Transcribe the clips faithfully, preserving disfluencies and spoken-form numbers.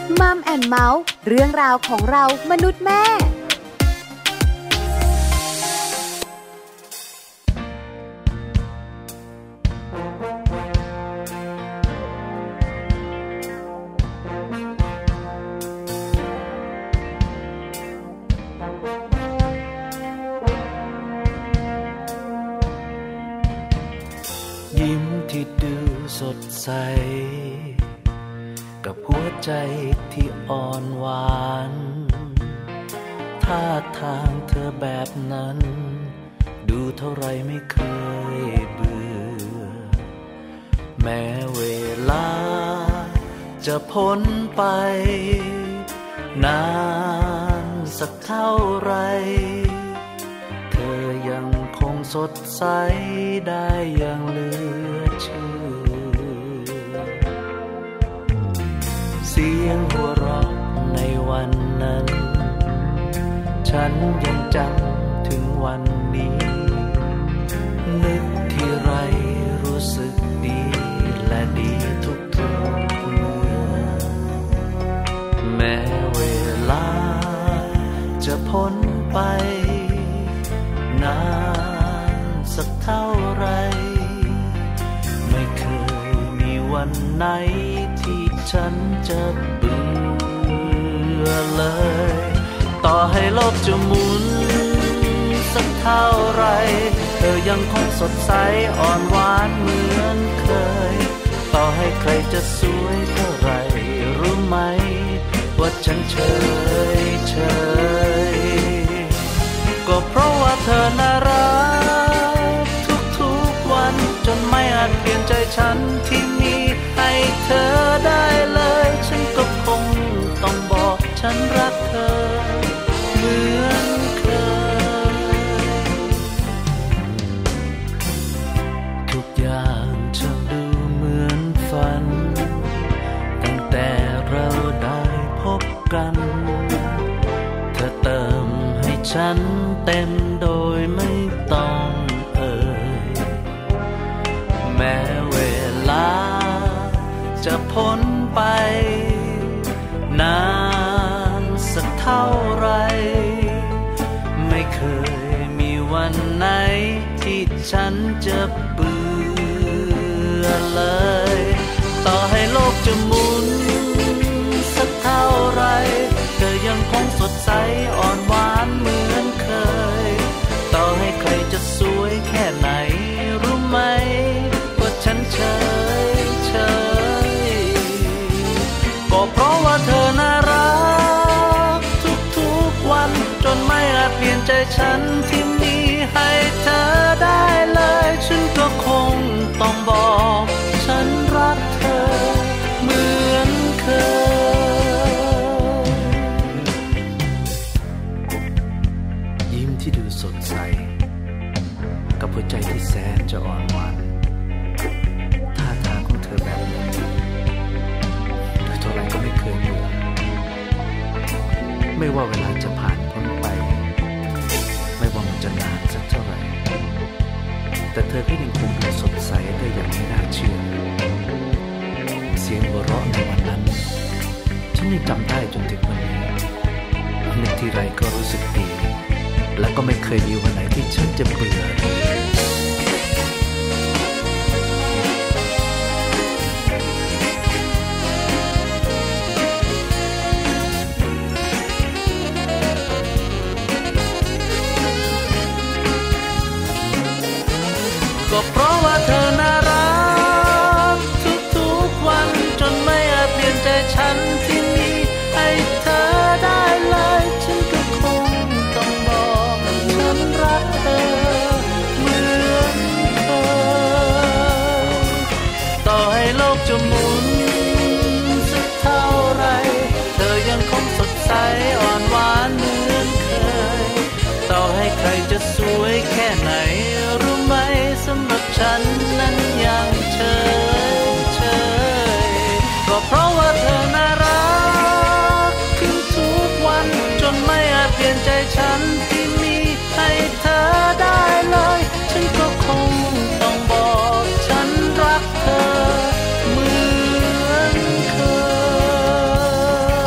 มัมแอนด์เมาส์เรื่องราวของเรามนุษย์แม่ยิ้มที่ดูสดใสกับหัวใจที่อ่อนหวานท่าทางเธอแบบนั้นดูเท่าไรไม่เคยเบื่อแม้เวลาจะพ้นไปนานสักเท่าไรเธอยังคงสดใสได้อย่างเหลือเชื่อเสียงหัวเราะในวันนั้นฉันยังจำถึงวันนี้นึกที่ไรรู้สึกดีและดีทุกทุกเมื่อแม้เวลาจะพ้นไปนานสักเท่าไรไม่เคยมีวันไหนที่ฉันจะเบื่อเลยต่อให้โลกจะหมุนสักเท่าไรเธอยังคงสดใสอ่อนหวานเหมือนเคยต่อให้ใครจะสวยเท่าไรรู้ไหมว่าฉันเฉยเฉยก็เพราะว่าเธอน่ารักทุกๆวันจนไม่อาจเปลี่ยนใจฉันที่มีให้เธอได้เลยฉันก็คงต้องบอกฉันรักเธอเหมือนเคยทุกอย่างจะดูเหมือนฝันตั้งแต่เราได้พบกันเธอเติมให้ฉันเต็มโดยไม่ต้องเอ่ยแม้เวลาจะพ้นไปนานสักเท่าไรไม่เคยมีวันไหนที่ฉันจะเบื่อเลยต่อให้โลกจะหมุนสักเท่าไรเธอยังคงสดใสอ่อนหวานเหมือนเคยต่อให้ใครจะสวยแค่ไหนรู้ไหมว่าฉันเฉยเฉยก็เพราะว่าเธอน่ารักทุกๆวันจนไม่อาจเปลี่ยนใจฉันที่มีให้เธอได้เลยฉันก็คงต้องบอกฉันรักเธอเหมือนเคยยิ้มที่ดูสดใสกับหัวใจที่แสนจะอ่อนหวานท่าทางของเธอแบบนี้ดูเท่าไรก็ไม่เคยเบื่อไม่ว่าเวลาจะผ่านพ้นไปไม่ว่ามันจะนานสักเท่าไหร่แต่เธอก็ยังคงดูสดใสได้อย่างไม่น่าเชื่อเสียงหัวเราะในวันนั้นฉันยังจำได้จนถึงวันนี้นึกทีไรก็รู้สึกดีและก็ไม่เคยมีวันไหนที่ฉันจะเบื่อก็เพราะว่าเธอน่ารักทุกๆวันจนไม่อาจเปลี่ยนใจฉันที่มีให้เธอได้เลยฉันก็คงต้องบอกฉันรักเธอเหมือนเคยต่อให้โลกจะหมุนสักเท่าไรเธอยังคงสดใสอ่อนหวานเหมือนเคยต่อให้ใครจะสวยแค่ไหนรู้ไหมสำหรับฉันนั้นยังเฉยเฉยก็เพราะว่าเธอน่ารักทุกๆวันจนไม่อาจเปลี่ยนใจฉันที่มีให้เธอได้เลยฉันก็คงต้องบอกฉันรักเธอเหมือนเคย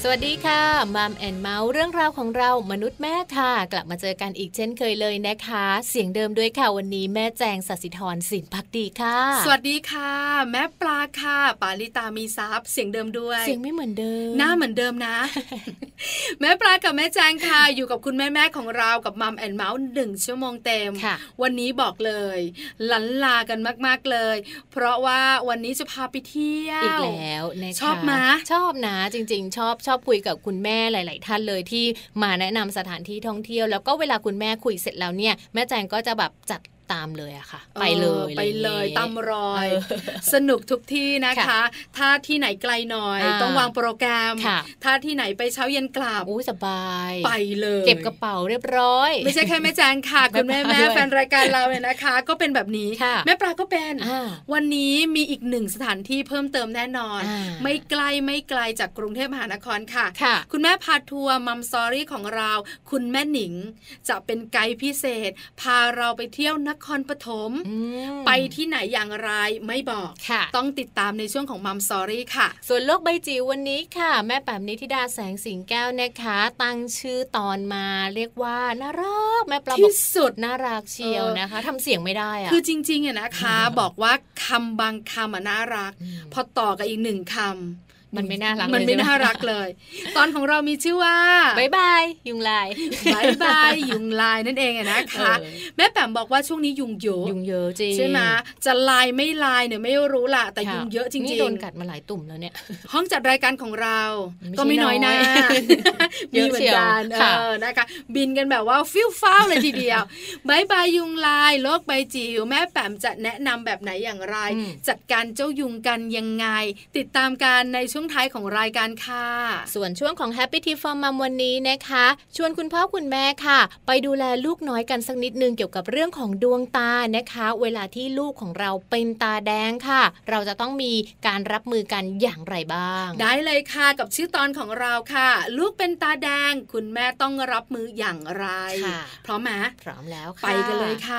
สวัสดีค่ะมัมแอนเมาส์เรื่องราวของเรามนุษย์แม่ค่ะกลับมาเจอกันอีกเช่นเคยเลยนะคะเสียงเดิมด้วยค่ะวันนี้แม่แจงสัสิธรสินภักดีค่ะสวัสดีค่ะแม่ปลาค่ะปาลิตามีซับเสียงเดิมด้วยเสียงไม่เหมือนเดิมหน้าเหมือนเดิมนะ แม่ปลากับแม่แจงค่ะอยู่กับคุณแม่แม่ของเรากับมัมแอนเมาส์หนึ่งชั่วโมงเต็มวันนี้บอกเลยลันลากันมากๆเลยเพราะว่าวันนี้จะพาไปเที่ยวอีกแล้วนะคะชอบไหมชอบนะจริงๆชอบชอบคุยกับคุณแม่หลายๆท่านเลยที่มาแนะนำสถานที่ท่องเที่ยวแล้วก็เวลาคุณแม่คุยเสร็จแล้วเนี่ยแม่แจงก็จะแบบจัดตามเลยอะค่ะไปเลยไปเลยตามรอยสนุกทุกที่นะคะถ้าที่ไหนไกลหน่อยต้องวางโปรแกรมถ้าที่ไหนไปเช้าเย็นกลับอู้สบายไปเลยเก็บกระเป๋าเรียบร้อยไม่ใช่แค่แม่แจงค่ะคุณแม่แม่แฟนรายการเราเนี่ยนะคะก็เป็นแบบนี้แม่ปลาก็เป็นวันนี้มีอีกหนึ่งสถานที่เพิ่มเติมแน่นอนไม่ไกลไม่ไกลจากกรุงเทพมหานครค่ะคุณแม่พาทัวร์มัมสตอรี่ของเราคุณแม่หนิงจะเป็นไกด์พิเศษพาเราไปเที่ยวนครปฐมไปที่ไหนอย่างไรไม่บอกต้องติดตามในช่วงของมัมสตอรี่ค่ะส่วนโลกใบจิ๋ววันนี้ค่ะแม่แป๋มนิธิดาแสงสิงแก้วนะคะตั้งชื่อตอนมาเรียกว่าน่ารักแม่ปลาบอกที่สุดน่ารักเชียวนะคะทำเสียงไม่ได้อะคือจริงๆอะนะคะบอกว่าคำบางคำอะน่ารักพอต่อกับอีกหนึ่งคำมันไม่น่ารักมันไม่น่ารักเลยตอนของเรามีชื่อว่าบายบายยุงลายบายบายยุงลายนั่นเองอะนะคะแม่แป๋มบอกว่าช่วงนี้ยุงเยอะยุงเยอะจริงใช่ไหมจะลายไม่ลายเนี่ยไม่รู้ล่ะแต่ยุงเยอะจริงๆนี่โดนกัดมาหลายตุ่มแล้วเนี่ยห้องจัดรายการของเราก็ไม่น้อยนะมีเหมือนกันเออนะคะบินกันแบบว่าฟิวฟ้าวเลยทีเดียวบายบายยุงลายโลกใบจิ๋วแม่แป๋มจะแนะนำแบบไหนอย่างไรจัดการเจ้ายุงกันยังไงติดตามกันในช่วงท้ายของรายการค่ะส่วนช่วงของ Happy Tip for Mom วันนี้นะคะชวนคุณพ่อคุณแม่ค่ะไปดูแลลูกน้อยกันสักนิดนึงเกี่ยวกับเรื่องของดวงตานะคะเวลาที่ลูกของเราเป็นตาแดงค่ะเราจะต้องมีการรับมือกันอย่างไรบ้างได้เลยค่ะกับชื่อตอนของเราค่ะลูกเป็นตาแดงคุณแม่ต้องรับมืออย่างไรพร้อมไหมพร้อมแล้วค่ะไปกันเลยค่ะ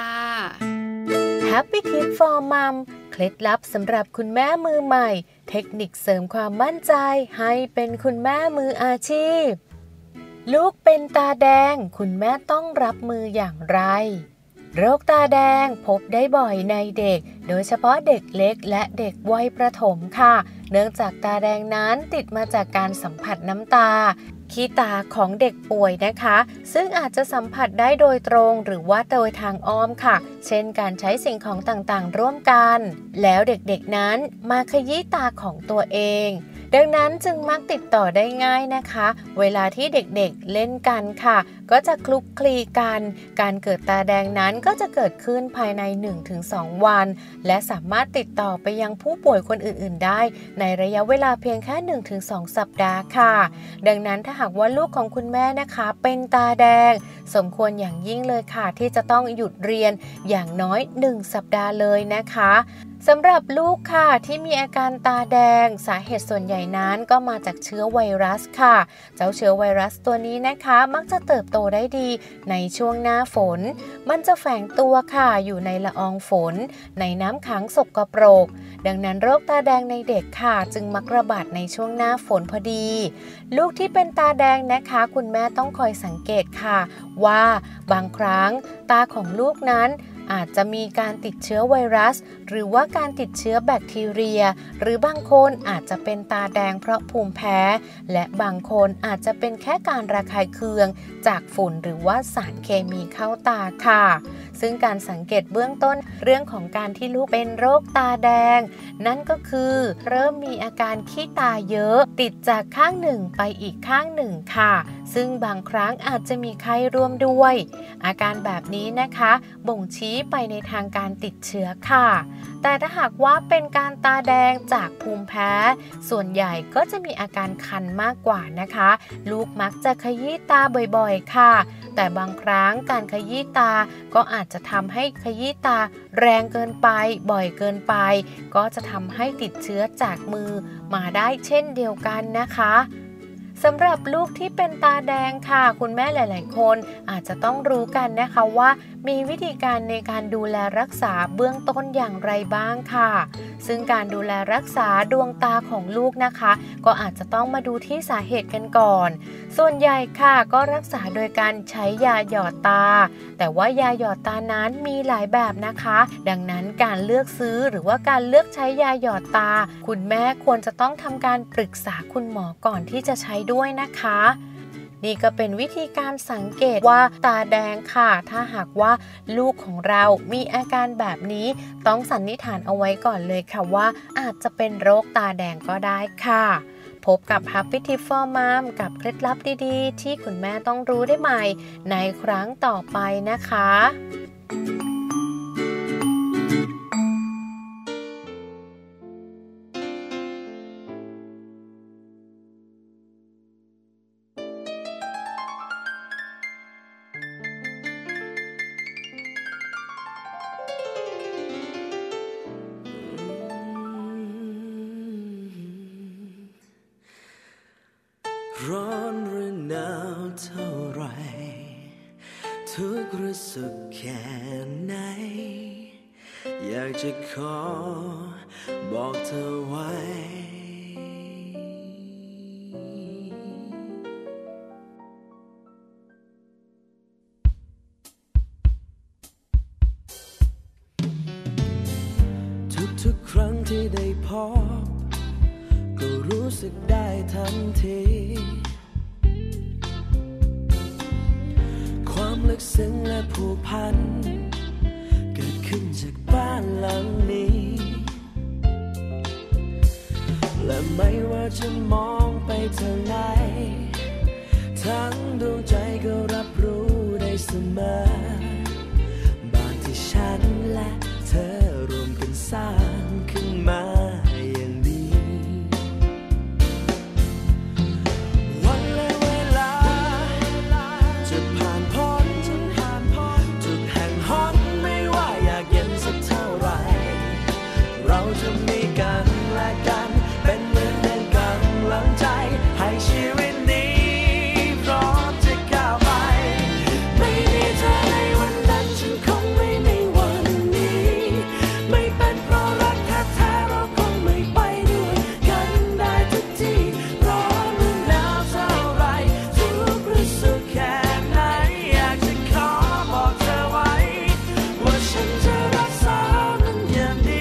Happy Tip for Mom เคล็ดลับสำหรับคุณแม่มือใหม่เทคนิคเสริมความมั่นใจให้เป็นคุณแม่มืออาชีพลูกเป็นตาแดงคุณแม่ต้องรับมืออย่างไรโรคตาแดงพบได้บ่อยในเด็กโดยเฉพาะเด็กเล็กและเด็กวัยประถมค่ะเนื่องจากตาแดงนั้นติดมาจากการสัมผัสน้ำตาขี้ตาของเด็กป่วยนะคะซึ่งอาจจะสัมผัสได้โดยตรงหรือว่าโดยทางอ้อมค่ะเช่นการใช้สิ่งของต่างๆร่วมกันแล้วเด็กๆนั้นมาขยี้ตาของตัวเองดังนั้นจึงมักติดต่อได้ง่ายนะคะเวลาที่เด็กๆเล่นกันค่ะก็จะคลุกคลีกันการเกิดตาแดงนั้นก็จะเกิดขึ้นภายใน หนึ่งถึงสอง วันและสามารถติดต่อไปยังผู้ป่วยคนอื่นๆได้ในระยะเวลาเพียงแค่ หนึ่งถึงสอง สัปดาห์ค่ะดังนั้นถ้าหากว่าลูกของคุณแม่นะคะเป็นตาแดงสมควรอย่างยิ่งเลยค่ะที่จะต้องหยุดเรียนอย่างน้อยหนึ่งสัปดาห์เลยนะคะสำหรับลูกค่ะที่มีอาการตาแดงสาเหตุส่วนใหญ่นั้นก็มาจากเชื้อไวรัสค่ะเจ้าเชื้อไวรัสตัวนี้นะคะมักจะเติบโตได้ดีในช่วงหน้าฝนมันจะแฝงตัวค่ะอยู่ในละอองฝนในน้ำขังสกปรกดังนั้นโรคตาแดงในเด็กค่ะจึงมักระบาดในช่วงหน้าฝนพอดีลูกที่เป็นตาแดงนะคะคุณแม่ต้องคอยสังเกตค่ะว่าบางครั้งตาของลูกนั้นอาจจะมีการติดเชื้อไวรัสหรือว่าการติดเชื้อแบคทีเรียหรือบางคนอาจจะเป็นตาแดงเพราะภูมิแพ้และบางคนอาจจะเป็นแค่การระคายเคืองจากฝุ่นหรือว่าสารเคมีเข้าตาค่ะซึ่งการสังเกตเบื้องต้นเรื่องของการที่ลูกเป็นโรคตาแดงนั่นก็คือเริ่มมีอาการขี้ตาเยอะติดจากข้างหนึ่งไปอีกข้างหนึ่งค่ะซึ่งบางครั้งอาจจะมีไข้ร่วมด้วยอาการแบบนี้นะคะบ่งชี้ไปในทางการติดเชื้อค่ะแต่ถ้าหากว่าเป็นการตาแดงจากภูมิแพ้ส่วนใหญ่ก็จะมีอาการคันมากกว่านะคะลูกมักจะขยี้ตาบ่อยๆค่ะแต่บางครั้งการขยี้ตาก็อาจจะทำให้ขยี้ตาแรงเกินไปบ่อยเกินไปก็จะทำให้ติดเชื้อจากมือมาได้เช่นเดียวกันนะคะสำหรับลูกที่เป็นตาแดงค่ะคุณแม่หลายๆคนอาจจะต้องรู้กันนะคะว่ามีวิธีการในการดูแลรักษาเบื้องต้นอย่างไรบ้างค่ะซึ่งการดูแลรักษาดวงตาของลูกนะคะก็อาจจะต้องมาดูที่สาเหตุกันก่อนส่วนใหญ่ค่ะก็รักษาโดยการใช้ยาหยอดตาแต่ว่ายาหยอดตานั้นมีหลายแบบนะคะดังนั้นการเลือกซื้อหรือว่าการเลือกใช้ยาหยอดตาคุณแม่ควรจะต้องทำการปรึกษาคุณหมอก่อนที่จะใช้ด้วยนะคะนี่ก็เป็นวิธีการสังเกตว่าตาแดงค่ะถ้าหากว่าลูกของเรามีอาการแบบนี้ต้องสันนิษฐานเอาไว้ก่อนเลยค่ะว่าอาจจะเป็นโรคตาแดงก็ได้ค่ะพบกับ Happy Tip for Mom กับเคล็ดลับดีๆที่คุณแม่ต้องรู้ได้ใหม่ในครั้งต่อไปนะคะร้อนหรือหนาวเท่าไรทุกข์รู้สึกแค่ไหนอยากจะขอบอกเธอไว้ทุกๆครั้งที่ได้พบก็รู้สึกได้ทันทีความลึกซึ้งและผูกพันเกิดขึ้นจากบ้านหลังนี้และไม่ว่าจะมองไปทางไหนทั้งดวงใจก็รับรู้ได้เสมอบ้านที่ฉันและเธอรวมกันสร้างขึ้นมาอย่างดีวันและเวลาจะผ่านพ้นทุกแห่งหนไม่ว่าอยากเย็นสักเท่าไหร่เราจะมีกันและกันเป็นเหมือนแรงกำลังใจให้ชีวิตนี้พร้อมจะก้าวไปไม่มีเธอในวันนั้นฉันคงไม่มีวันนี้ไม่เป็นเพราะรักแท้ๆเราคงไม่ไปด้วยกันได้ทุกทีร้อนหรือหนาวเท่าไรทุกข์รู้สึกแค่ไหนอยากจะขอบอกเธอไว้ว่าฉันจะรักษามันอย่างดี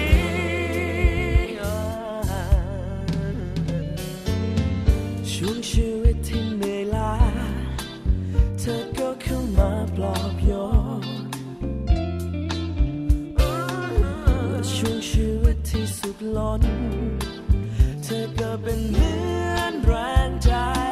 ช่วงชีวิตที่เหนื่อยล้าเธอก็เข้ามาปลอบโยนและช่วงชีวิตที่สุขล้นเธอก็เป็นเหมือนแรงใจ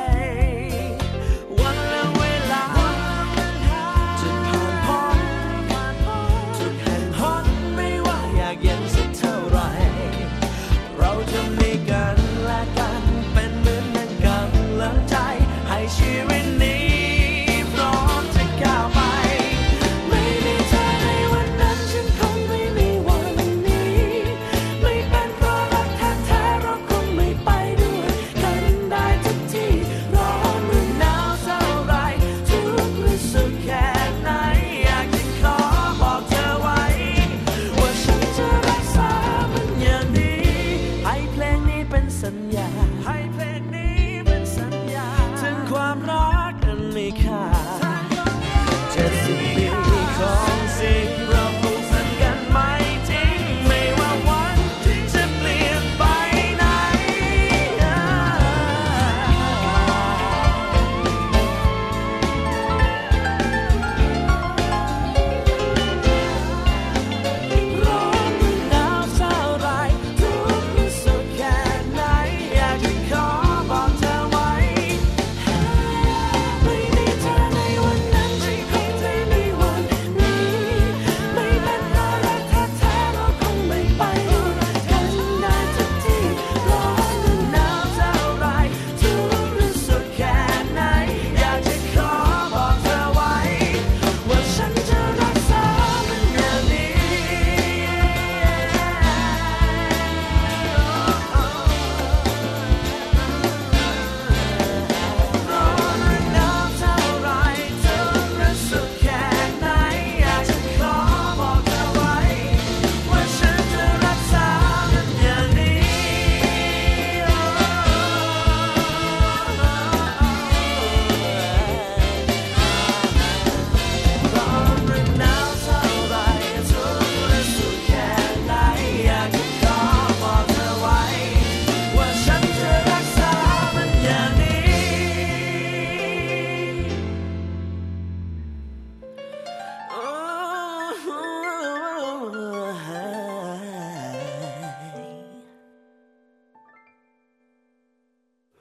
วันและเวลาจะผ่านพ้นทุกแห่งหนไม่ว่าอยากเย็นสักเท่าไรเราจะมีกันและกันเป็นเหมือนแรงกำลังใจให้ชีวิตนี้พร้อมจะก้าวไปไม่มีเธอในวันนั้นฉันคงไม่มีวันนี้ไม่เป็นเพราะรักแท้ๆเราคงไม่ไปด้วยกันได้ทุกทีร้อนหรือหนาวเท่าไรทุกข์รู้สึกแค่ไหนอยากจะขอบอกเธอไว้ว่าฉันจะรักษามันอย่างดีให้เพลงนี้เป็นสัญญาให้เพลงนี้เป็นสัญญาถึงความรักอันมีค่าเจ็ดสิบปีของสิ่งเราผูกพันกันไม่ทิ้งไม่ว่าวันจะเปลี่ยนไปไหนร้อนหรือหนาวเท่าไรทุกข์รู้สึกแค่ไหนอยากจะขอ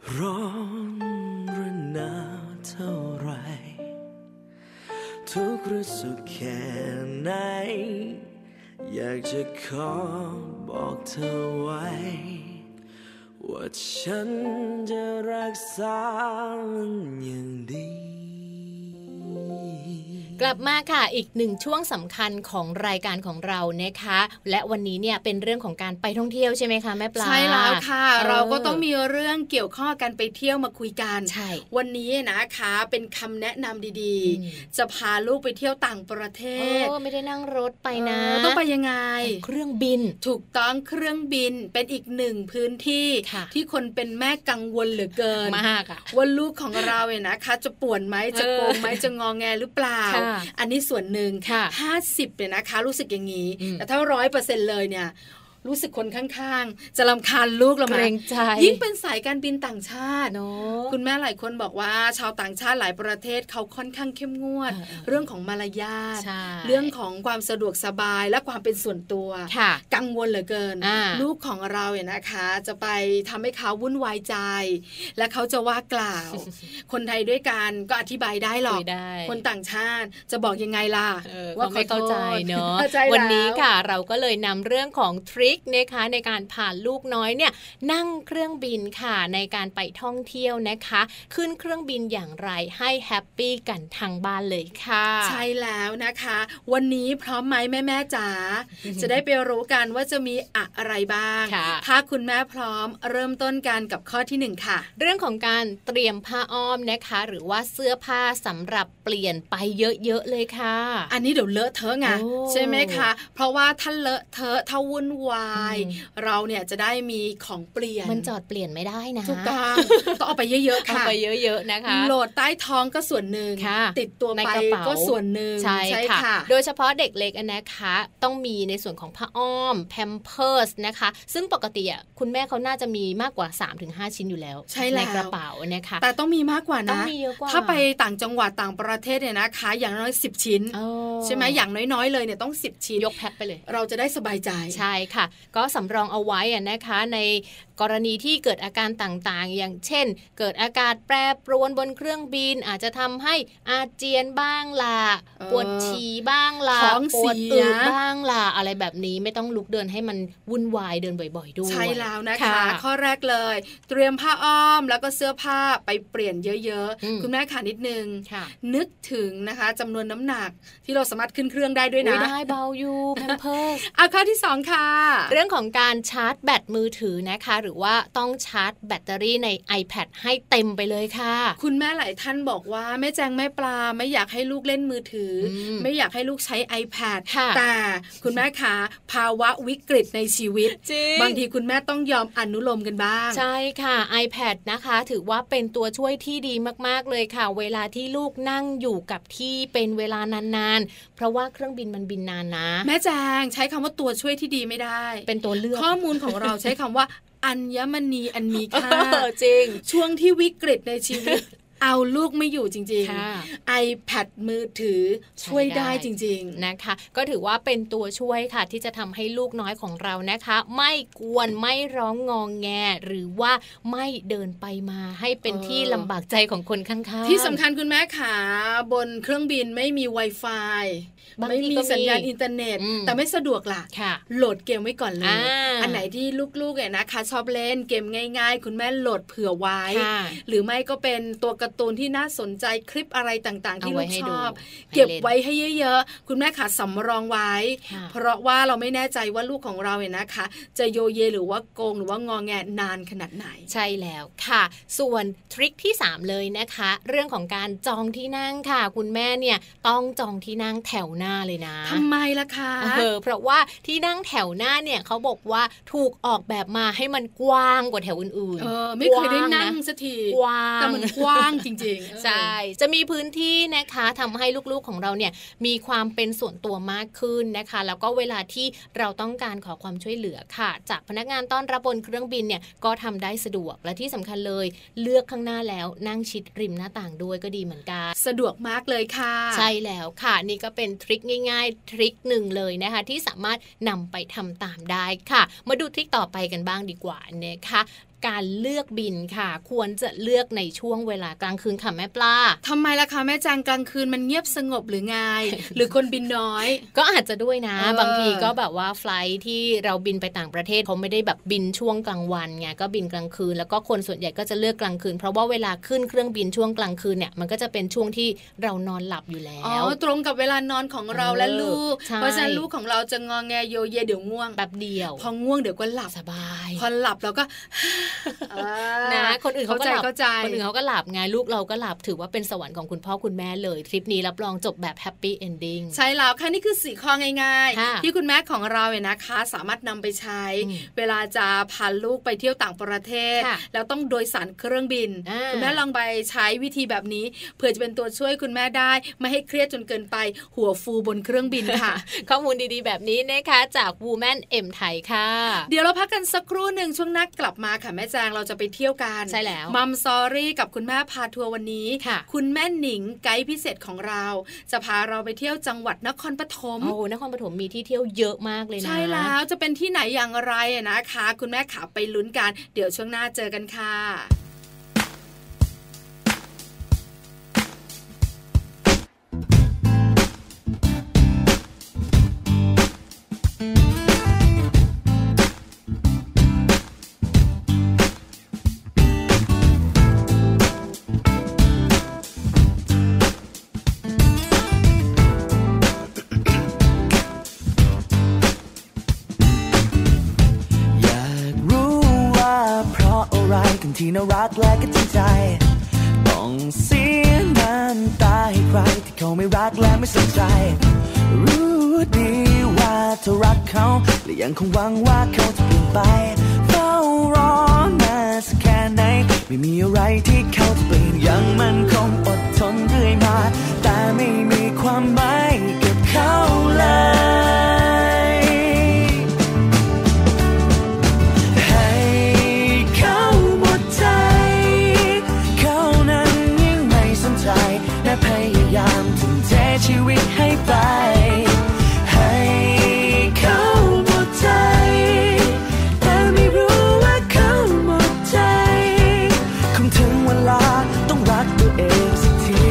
ร้อนหรือหนาวเท่าไรทุกข์หรือสุขแค่ไหนอยากจะขอบอกเธอไว้ว่าฉันจะรักษามันอย่างดีกลับมาค่ะอีกหนึ่งช่วงสำคัญของรายการของเรานะคะและวันนี้เนี่ยเป็นเรื่องของการไปท่องเที่ยวใช่ไหมคะแม่ปลาใช่แล้วค่ะเราก็ต้องมีเรื่องเกี่ยวข้องกันไปเที่ยวมาคุยกันใช่วันนี้นะคะเป็นคำแนะนำดีๆจะพาลูกไปเที่ยวต่างประเทศไม่ได้นั่งรถไปนะต้องไปยังไงเครื่องบินถูกต้องเครื่องบินเป็นอีกหนึ่งพื้นที่ที่คนเป็นแม่กังวลเหลือเกินมากอะว่าลูกของเราเนี่ยนะคะจะป่วนไหมจะโกงไหมจะงอแงหรือเปล่าอันนี้ส่วนหนึ่งห้าสิบเนี่ยนะคะรู้สึกอย่างนี้แต่ถ้าร้อยเปอร์เซ็นต์เลยเนี่ยรู้สึกคนข้างๆจะรำคาญลูกเราไหมยิ่งเป็นสายการบินต่างชาติคุณแม่หลายคนบอกว่าชาวต่างชาติหลายประเทศเขาค่อนข้างเข้มงวดเรื่องของมารยาทเรื่องของความสะดวกสบายและความเป็นส่วนตัวกังวลเหลือเกินลูกของเราเนี่ยนะคะจะไปทำให้เขาวุ่นวายใจและเขาจะว่ากล่าว คนไทยด้วยกันก็อธิบายได้หรอกคนต่างชาติจะบอกยังไงล่ะว่าไม่เข้าใจเนาะวันนี้ค่ะเราก็เลยนำเรื่องของทริคนะคะในการพาลูกน้อยเนี่ยนั่งเครื่องบินค่ะในการไปท่องเที่ยวนะคะขึ้นเครื่องบินอย่างไรให้แฮปปี้กันทางบ้านเลยค่ะใช่แล้วนะคะวันนี้พร้อมไหมแม่แม่จ๋า จะได้ไปรู้กันว่าจะมีอะไรบ้างถ้าคุณแม่พร้อมเริ่มต้นกันกับข้อที่หนึ่งค่ะเรื่องของการเตรียมผ้าอ้อมนะคะหรือว่าเสื้อผ้าสำหรับเปลี่ยนไปเยอะๆเลยค่ะอันนี้เดี๋ยวเลอะเทอะไงใช่ไหมคะเพราะว่าถ้าเลอะเทอะถ้าวุ่นวายเราเนี่ยจะได้มีของเปลี่ยนมันจอดเปลี่ยนไม่ได้นะถูกต้องต้องเอาไปเยอะๆค่ะเอาไปเยอะๆนะคะโหลดใต้ท้องก็ส่วนหนึ่งติดตัวไปก็ส่วนหนึ่งใช่ค่ะโดยเฉพาะเด็กเล็กนะคะต้องมีในส่วนของผ้าอ้อมแพมเพิร์สนะคะซึ่งปกติอ่ะคุณแม่เขาน่าจะมีมากกว่า สามถึงห้า ชิ้นอยู่แล้วในกระเป๋านะคะแต่ต้องมีมากกว่านะต้องมีเยอะกว่าถ้าไปต่างจังหวัดต่างประเทศเนี่ยนะคะอย่างน้อยสิบชิ้นใช่ไหมอย่างน้อยๆเลยเนี่ยต้องสิบชิ้นยกแพ็คไปเลยเราจะได้สบายใจใช่ค่ะก็สำรองเอาไว้นะคะในกรณีที่เกิดอาการต่างๆอย่างเช่นเกิดอากาศแปรปรวนบนเครื่องบินอาจจะทำให้อาเจียนบ้างล่ะปวดฉี่บ้างล่ะปวดอึบ้างล่ะอะไรแบบนี้ไม่ต้องลุกเดินให้มันวุ่นวายเดินบ่อยๆด้วยใช่แล้วนะคะข้อแรกเลยเตรียมผ้าอ้อมแล้วก็เสื้อผ้าไปเปลี่ยนเยอะๆคุณแม่ขานิดนึงนึกถึงนะคะจำนวนน้ำหนักที่เราสามารถขึ้นเครื่องได้ด้วยนะได้เบาอยู่แพมเพิร์สเอาข้อที่สองค่ะเรื่องของการชาร์จแบตมือถือนะคะหรือว่าต้องชาร์จแบตเตอรี่ใน iPad ให้เต็มไปเลยค่ะคุณแม่หลายท่านบอกว่าแม่แจงแม่ปลาไม่อยากให้ลูกเล่นมือถือไม่อยากให้ลูกใช้ iPad แต่คุณแม่คะภาวะวิกฤตในชีวิตบางทีคุณแม่ต้องยอมอนุโลมกันบ้างใช่ค่ะ iPad นะคะถือว่าเป็นตัวช่วยที่ดีมากๆเลยค่ะเวลาที่ลูกนั่งอยู่กับที่เป็นเวลานานๆเพราะว่าเครื่องบินมันบินนานนะแม่แจงใช้คำว่าตัวช่วยที่ดีไม่ได้เป็นตัวเลือกข้อมูลของเราใช้คำว่าอัญมณีอันมีค่าจริงช่วงที่วิกฤตในชีวิตเอาลูกไม่อยู่จริงๆ iPad มือถือช่วยได้จริงๆนะคะก็ถือว่าเป็นตัวช่วยค่ะที่จะทำให้ลูกน้อยของเรานะคะไม่กวนไม่ร้องงองแงหรือว่าไม่เดินไปมาให้เป็นที่ลำบากใจของคนข้างๆที่สำคัญคุณแม่ขาบนเครื่องบินไม่มี Wi-Fi ไม่มีสัญญาณอินเทอร์เน็ตแต่ไม่สะดวกล่ะโหลดเกมไว้ก่อนเลย อ, อันไหนที่ลูกๆเนี่ยนะคะชอบเล่นเกมง่ายๆคุณแม่โหลดเผื่อไว้หรือไม่ก็เป็นตัวการ์ตูนที่น่าสนใจคลิปอะไรต่างๆที่ลูกชอบเก็บไว้ให้เยอะๆคุณแม่ขาสำรองไว้เพราะว่าเราไม่แน่ใจว่าลูกของเราเนี่ยนะคะจะโยเยหรือว่าโกงหรือว่างอแงนานขนาดไหนใช่แล้วค่ะส่วนทริคที่สามเลยนะคะเรื่องของการจองที่นั่งค่ะคุณแม่เนี่ยต้องจองที่นั่งแถวหน้าเลยนะทำไมล่ะคะเออเพราะว่าที่นั่งแถวหน้าเนี่ยเขาบอกว่าถูกออกแบบมาให้มันกว้างกว่าแถวอื่นๆเออไม่เคยได้นั่งสักทีกว้างแต่มันกว้างจริงๆใช่จะมีพื้นที่นะคะทำให้ลูกๆของเราเนี่ยมีความเป็นส่วนตัวมากขึ้นนะคะแล้วก็เวลาที่เราต้องการขอความช่วยเหลือค่ะจากพนักงานต้อนรับบนเครื่องบินเนี่ยก็ทำได้สะดวกและที่สำคัญเลยเลือกข้างหน้าแล้วนั่งชิดริมหน้าต่างด้วยก็ดีเหมือนกันสะดวกมากเลยค่ะใช่แล้วค่ะนี่ก็เป็นทริคง่ายๆทริคหนึ่งเลยนะคะที่สามารถนำไปทำตามได้ค่ะมาดูทริคต่อไปกันบ้างดีกว่านะคะการเลือกบินค่ะควรจะเลือกในช่วงเวลากลางคืนค่ะแม่ปลาทำไมล่ะคะแม่แจงกลางคืนมันเงียบสงบหรือไง หรือคนบินน้อยก็อาจจะด้วยนะบางทีก็แบบว่าไฟล์ที่เราบินไปต่างประเทศเขาไม่ได้แบบบินช่วงกลางวันไงก็บินกลางคืนแล้วก็คนส่วนใหญ่ก็จะเลือกกลางคืนเพราะว่าเวลาขึ้นเครื่องบินช่วงกลางคืนเนี่ยมันก็จะเป็นช่วงที่เรานอนหลับอยู่แล้วอ๋อตรงกับเวลานอนของเราและลูกเพราะฉะนั้นลูกของเราจะงอแงโยเยเดี๋ยวง่วงแบบเดียวพอง่วงเดี๋ยวก็หลับสบายพอหลับเราก็นะคนอื่นเขาก็หลับคนอื่นเขาก็หลับไงลูกเราก็หลับถือว่าเป็นสวรรค์ของคุณพ่อคุณแม่เลยทริปนี้รับรองจบแบบแฮปปี้เอนดิ้งใช่แล้วค่ะนี่คือสี่ข้อง่ายๆที่คุณแม่ของเราเนี่ยนะคะสามารถนำไปใช้เวลาจะพาลูกไปเที่ยวต่างประเทศแล้วต้องโดยสารเครื่องบินคุณแม่ลองไปใช้วิธีแบบนี้เพื่อจะเป็นตัวช่วยคุณแม่ได้ไม่ให้เครียดจนเกินไปหัวฟูบนเครื่องบินค่ะข้อมูลดีๆแบบนี้นะคะจาก Woman M ไทยค่ะเดี๋ยวเราพักกันสักครู่หนึ่งช่วงนักกลับมาค่ะแม่แจงเราจะไปเที่ยวกันใช่แล้วมัมซอรี่กับคุณแม่พาทัวร์วันนี้คุณแม่หนิงไกด์พิเศษของเราจะพาเราไปเที่ยวจังหวัดนครปฐมโอ้นครปฐมมีที่เที่ยวเยอะมากเลยนะใช่แล้วจะเป็นที่ไหนอย่างไรนะคะคุณแม่ขาไปลุ้นกันเดี๋ยวช่วงหน้าเจอกันค่ะที่น่ารักและก็จริงใจต้องเสียน้ำตาให้ใครที่เขาไม่รักและไม่สนใจรู้ดีว่าเธอรักเขาและยังคงหวังว่าเขาจะเปลี่ยนไปเฝ้ารอมาสักแค่ไหนไม่มีอะไรที่เขาจะเปลี่ยนยังมันคงอดทนเรื่อยมาแต่ไม่มีความหมายกับเขาเลยชีวิตให้ไปให้เขาหมดใจแต่ไม่รู้ว่าเขาหมดใจคงถึงเวลาต้องรักตัวเองสักที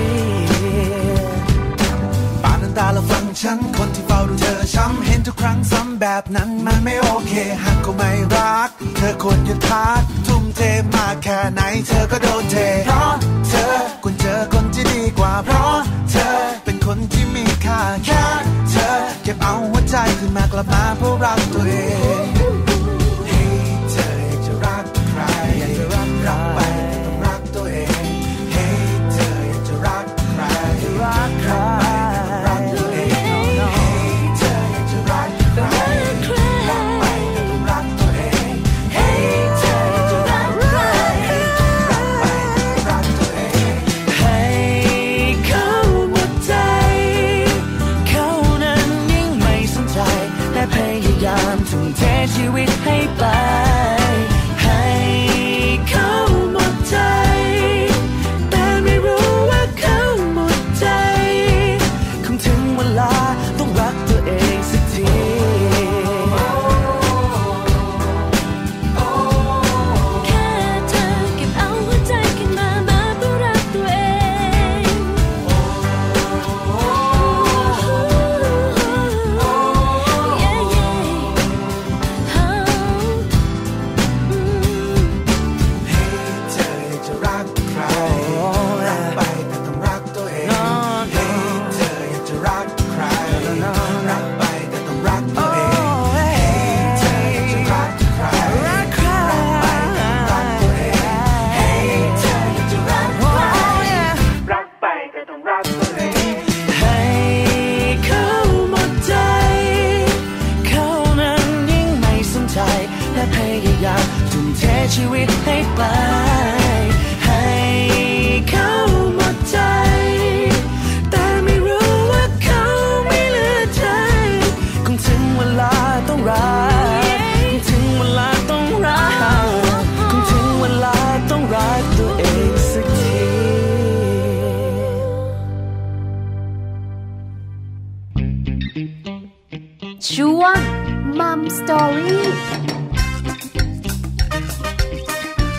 ปาดน้ำตาแล้วฟังฉันคนที่เฝ้าดูเธอช้ำเห็นทุกครั้งซ้ำแบบนั้นมันไม่โอเคหากก็ไม่รักเธอควรหยุดพักทุ่มเทมากแค่ไหนเธอก็โดนเทเพราะเธอควรเจอคนที่ดีกว่าเพราะเธอเป็นคนที่มีค่าแค่เธอเก็บเอาหัวใจขึ้นมากลับมาเพื่อรักตัวเองให้เธอจะรักใครอยากจะรักรักไปต้องรักตัวเองให้เธอจะรักใครรักใครรักตัวเองให้เธอจะรักใครรักไปต้องรักตัวเองให้เธอจะรักใครรักไปต้องรักตัวเองให้เขาหมดใจเขานั้นยิ่งไม่สนใจและพยายามทุ่มเทชีวิตให้ไปให้เขาหมดใจแต่ไม่รู้ว่าเขาหมดใจคงถึงเวลาต้องรักตัวเองสักทีแค่เธอเก็บเอาหัวใจขึ้นมามาเพื่อรักตัวเองจะรักใครรักไปแต่ต้องรักตัวเองให้เธอจะรักใครรักไปแต่ต้องรักตัวเองให้เธอจะรักใครรักไปแต่ต้องรักตัวเองให้เธอจะรักใครรักไปแต่ต้องรักตัวเองให้เขาหมดใจเขานั้นยิ่งไม่สนใจและพยายามทุ่มเทชีวิตให้ไปให้เขาหมดใจแต่ไม่รู้ว่าเขาไม่เหลือใจคงถึงเวลาต้องรักคงถึงเวลาต้องรักคงถึงเวลาต้องรักตัวเองสักทีช่วงมัมสตอรี่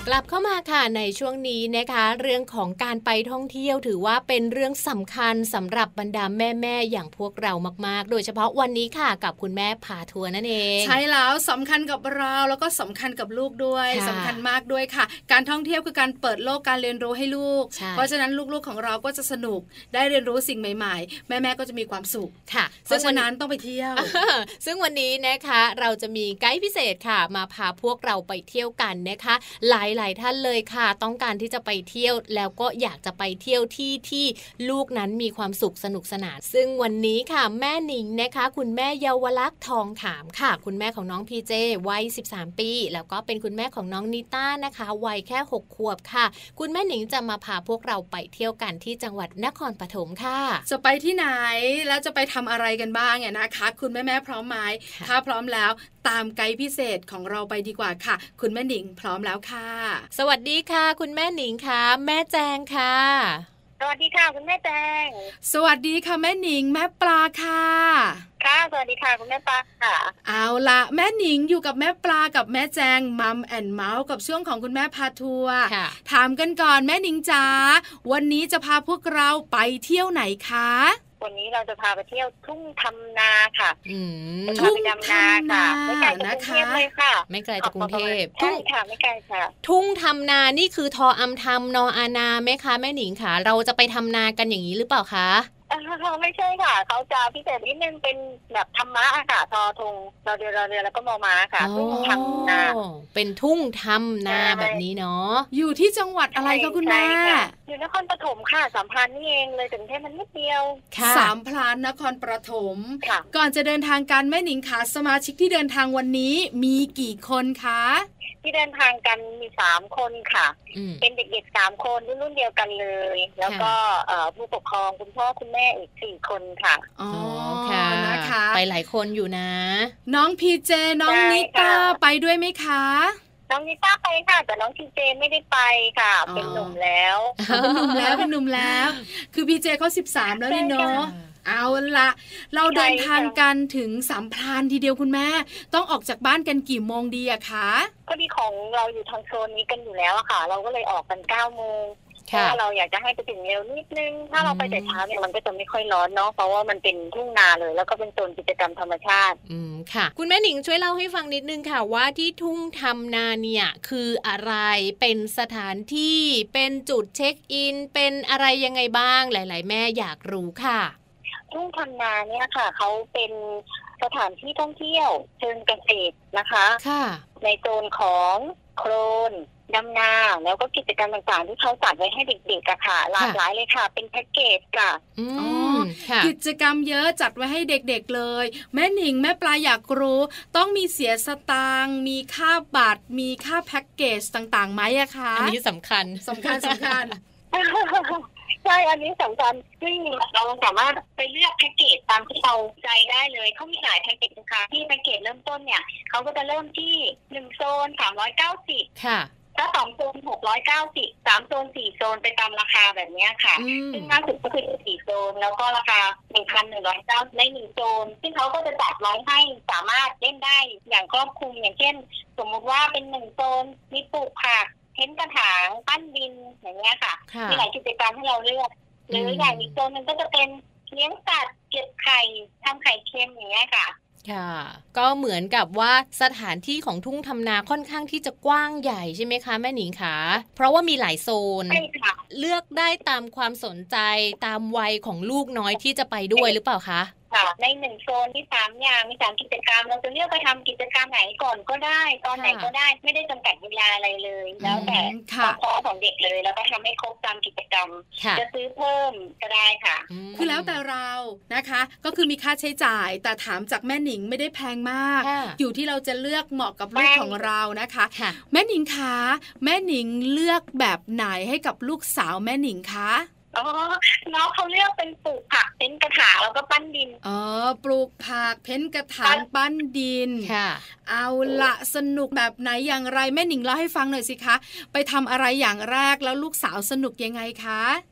กลับเข้ามาค่ะในช่วงนี้นะคะเรื่องของการไปท่องเที่ยวถือว่าเป็นเรื่องสำคัญสำหรับบรรดาแม่ๆอย่างพวกเรามากๆโดยเฉพาะวันนี้ค่ะกับคุณแม่พาทัวร์นั่นเองใช่แล้วสำคัญกับเราแล้วก็สำคัญกับลูกด้วยสำคัญมากด้วยค่ะการท่องเที่ยวคือการเปิดโลกการเรียนรู้ให้ลูกเพราะฉะนั้นลูกๆของเราก็จะสนุกได้เรียนรู้สิ่งใหม่ๆแม่ๆก็จะมีความสุขค่ะเพราะฉะนั้นต้องไปเที่ยวซึ่งวันนี้นะคะเราจะมีไกด์พิเศษค่ะมาพาพวกเราไปเที่ยวกันนะคะหลายๆท่านเลยค่ะต้องการที่จะไปเที่ยวแล้วก็อยากจะไปเที่ยวที่ที่ลูกนั้นมีความสุขสนุกสนานซึ่งวันนี้ค่ะแม่หนิงนะคะคุณแม่เยาวลักษณ์ทองถามค่ะคุณแม่ของน้องพีเจวัยสิบสามปีแล้วก็เป็นคุณแม่ของน้องนิต้านะคะวัยแค่หกขวบค่ะคุณแม่หนิงจะมาพาพวกเราไปเที่ยวกันที่จังหวัดนครปฐมค่ะจะไปที่ไหนแล้วจะไปทำอะไรกันบ้างเนี่ยนะคะคุณแม่แม่พร้อมไหมถ้าพร้อมแล้วตามไกด์พิเศษของเราไปดีกว่าค่ะคุณแม่หนิงพร้อมแล้วค่ะสวัสดีค่ะคุณแม่หนิงค่ะแม่แจงค่ะสวัสดีค่ะคุณแม่แจงสวัสดีค่ะแม่หนิงแม่ปลาค่ะค่ะสวัสดีค่ะคุณแม่ปลาค่ะเอาละแม่หนิงอยู่กับแม่ปลากับแม่แจงมัมแอนเมาส์กับช่วงของคุณแม่พาทัวร์ถามกันก่อนแม่หนิงจ๋าวันนี้จะพาพวกเราไปเที่ยวไหนคะวันนี้เราจะพาไปเที่ยวทุ่งทำนาค่ะทุ่งทำนาไม่ไกลจากกรุงเทพเลยค่ะไม่ไกลจากกรุงเทพใช่ค่ะไม่ไกลค่ะทุ่งทำนานี่คือทออำทำนออานาไหมคะแม่หนิงค่ะเราจะไปทำนากันอย่างนี้หรือเปล่าคะไม่ใช่ค่ะเขาจะพิเศษนิดนึงเป็นแบบธรรมะค่ะทอทงเราเรือเราเรือแล้วก็มอม้าค่ะทุ่งทำนาเป็นทุ่งทำนาแบบนี้เนาะอยู่ที่จังหวัดอะไรคะคุณแม่อยู่นครปฐมค่ะสามพรานนี่เองเลยถึงแค่มันนิดเดียวสามพรานนครปฐมก่อนจะเดินทางกันแม่หนิงคะสมาชิกที่เดินทางวันนี้มีกี่คนคะที่เดินทางกันมีสามคนค่ะเป็นเด็กๆสามคนรุ่นเดียวกันเลยแล้วก็ผู้ปกครองคุณพ่อคุณแม่อีกสี่คนค่ะอ๋อค่ะนะคะไปหลายคนอยู่นะน้องพีเจน้องนิต้าไปด้วยไหมคะน้องนิต้าไปค่ะแต่น้องพีเจไม่ได้ไปค่ะเป็นหนุ่มแล้วเป็นหนุ่มแล้วเป็นหนุ่มแล้วคือพีเจเขาสิบสามแล้วนี่เนาะเอาละเราเดินทางกันถึงสามพรานทีเดียวคุณแม่ต้องออกจากบ้านกันกี่โมงดีอะคะก็มีของเราอยู่ทางโซนนี้กันอยู่แล้วอะค่ะเราก็เลยออกกันเก้าโมงเพราะเราอยากจะให้ไปถึงเร็วนิดนึงถ้าเราไปแต่เช้าเนี่ยมันก็จะไม่ค่อยร้อนเนาะเพราะว่ามันเป็นทุ่งนาเลยแล้วก็เป็นโซนกิจกรรมธรรมชาติอืมค่ะคุณแม่หนิงช่วยเล่าให้ฟังนิดนึงค่ะว่าที่ทุ่งทำนาเนี่ยคืออะไรเป็นสถานที่เป็นจุดเช็คอินเป็นอะไรยังไงบ้างหลายๆแม่อยากรู้ค่ะทุ่งทำนาเนี่ยค่ะเขาเป็นสถานที่ท่องเที่ยวเชิงเกษตรนะคะค่ะในโซนของโคลนดำนาแล้วก็กิจกรรมต่างๆที่เขาจัดไว้ให้เด็กๆอะค่ะหลากหลายเลยค่ะเป็นแพ็กเกจค่ะอ๋อกิจกรรมเยอะจัดไว้ให้เด็กๆเลยแม่หนิงแม่ปลาอยากรู้ต้องมีเสียสตางค์มีค่าบัตรมีค่าแพ็กเกจต่างๆไหมอะคะอันนี้สำคัญสำคัญสำคัญใช่อันนี้สำคัญซึ่งเราสามารถไปเลือกแพ็กเกจตามที่เราใจได้เลยเขามีหลายแพ็กเกจนะคะที่แพ็กเกจเริ่มต้นเนี่ยเขาก็จะเริ่มที่หนึ่งโซนสามร้อยเก้าสิบค่ะถ้าสองโซนหกร้อยเก้าสิบสามโซนสี่โซนไปตามราคาแบบนี้ค่ะซึ่งล่าสุดก็คือสี่โซนแล้วก็ราคา หนึ่งพันหนึ่งร้อยเก้าสิบ ในหนึ่งโซนซึ่งเขาก็จะจัดไว้ให้สามารถเล่นได้อย่างครอบคลุมอย่างเช่นสมมติว่าเป็นหนึ่งโซนมีปลูกผักเพ้นกระถางปั้นดินอย่างเงี้ยค่ะมีหลายกิจกรรมให้เราเลือกหรืออย่างอีกโซนนึงก็จะเป็นเลี้ยงสัตว์เก็บไข่ทำไข่เค็มอย่างเงี้ยค่ะค่ะก็เหมือนกับว่าสถานที่ของทุ่งทำนาค่อนข้างที่จะกว้างใหญ่ใช่ไหมคะแม่หนิงคะเพราะว่ามีหลายโซนใช่ค่ะเลือกได้ตามความสนใจตามวัยของลูกน้อยที่จะไปด้วยหรือเปล่าคะในหนึ่งโซนที่สามอย่างมีสามกิจกรรมเราจะเลือกไปทำกิจกรรมไหนก่อนก็ได้ตอนไหนก็ได้ไม่ได้จำกัดเวลาอะไรเลยแล้วแต่ความพร้อมของเด็กเลยแล้วก็ทำให้ครบตามกิจกรรมจะซื้อเพิ่มก็ได้ค่ะคือแล้วแต่เรานะคะก็คือมีค่าใช้จ่ายแต่ถามจากแม่หนิงไม่ได้แพงมากอยู่ที่เราจะเลือกเหมาะกับลูกของเรานะคะแม่หนิงคะแม่หนิงเลือกแบบไหนให้กับลูกสาวแม่หนิงคะอ๋อน้องเขาเลือกเป็นปลูกผักเพ้นกระถางแล้วก็ปั้นดินอ๋อปลูกผักเพ้นกระถางปั้นดินค่ะเอาละสนุกแบบไหนอย่างไรแม่หนิงเล่าให้ฟังหน่อยสิคะไปทำอะไรอย่างแรกแล้วลูกสาวสนุกยังไงคะ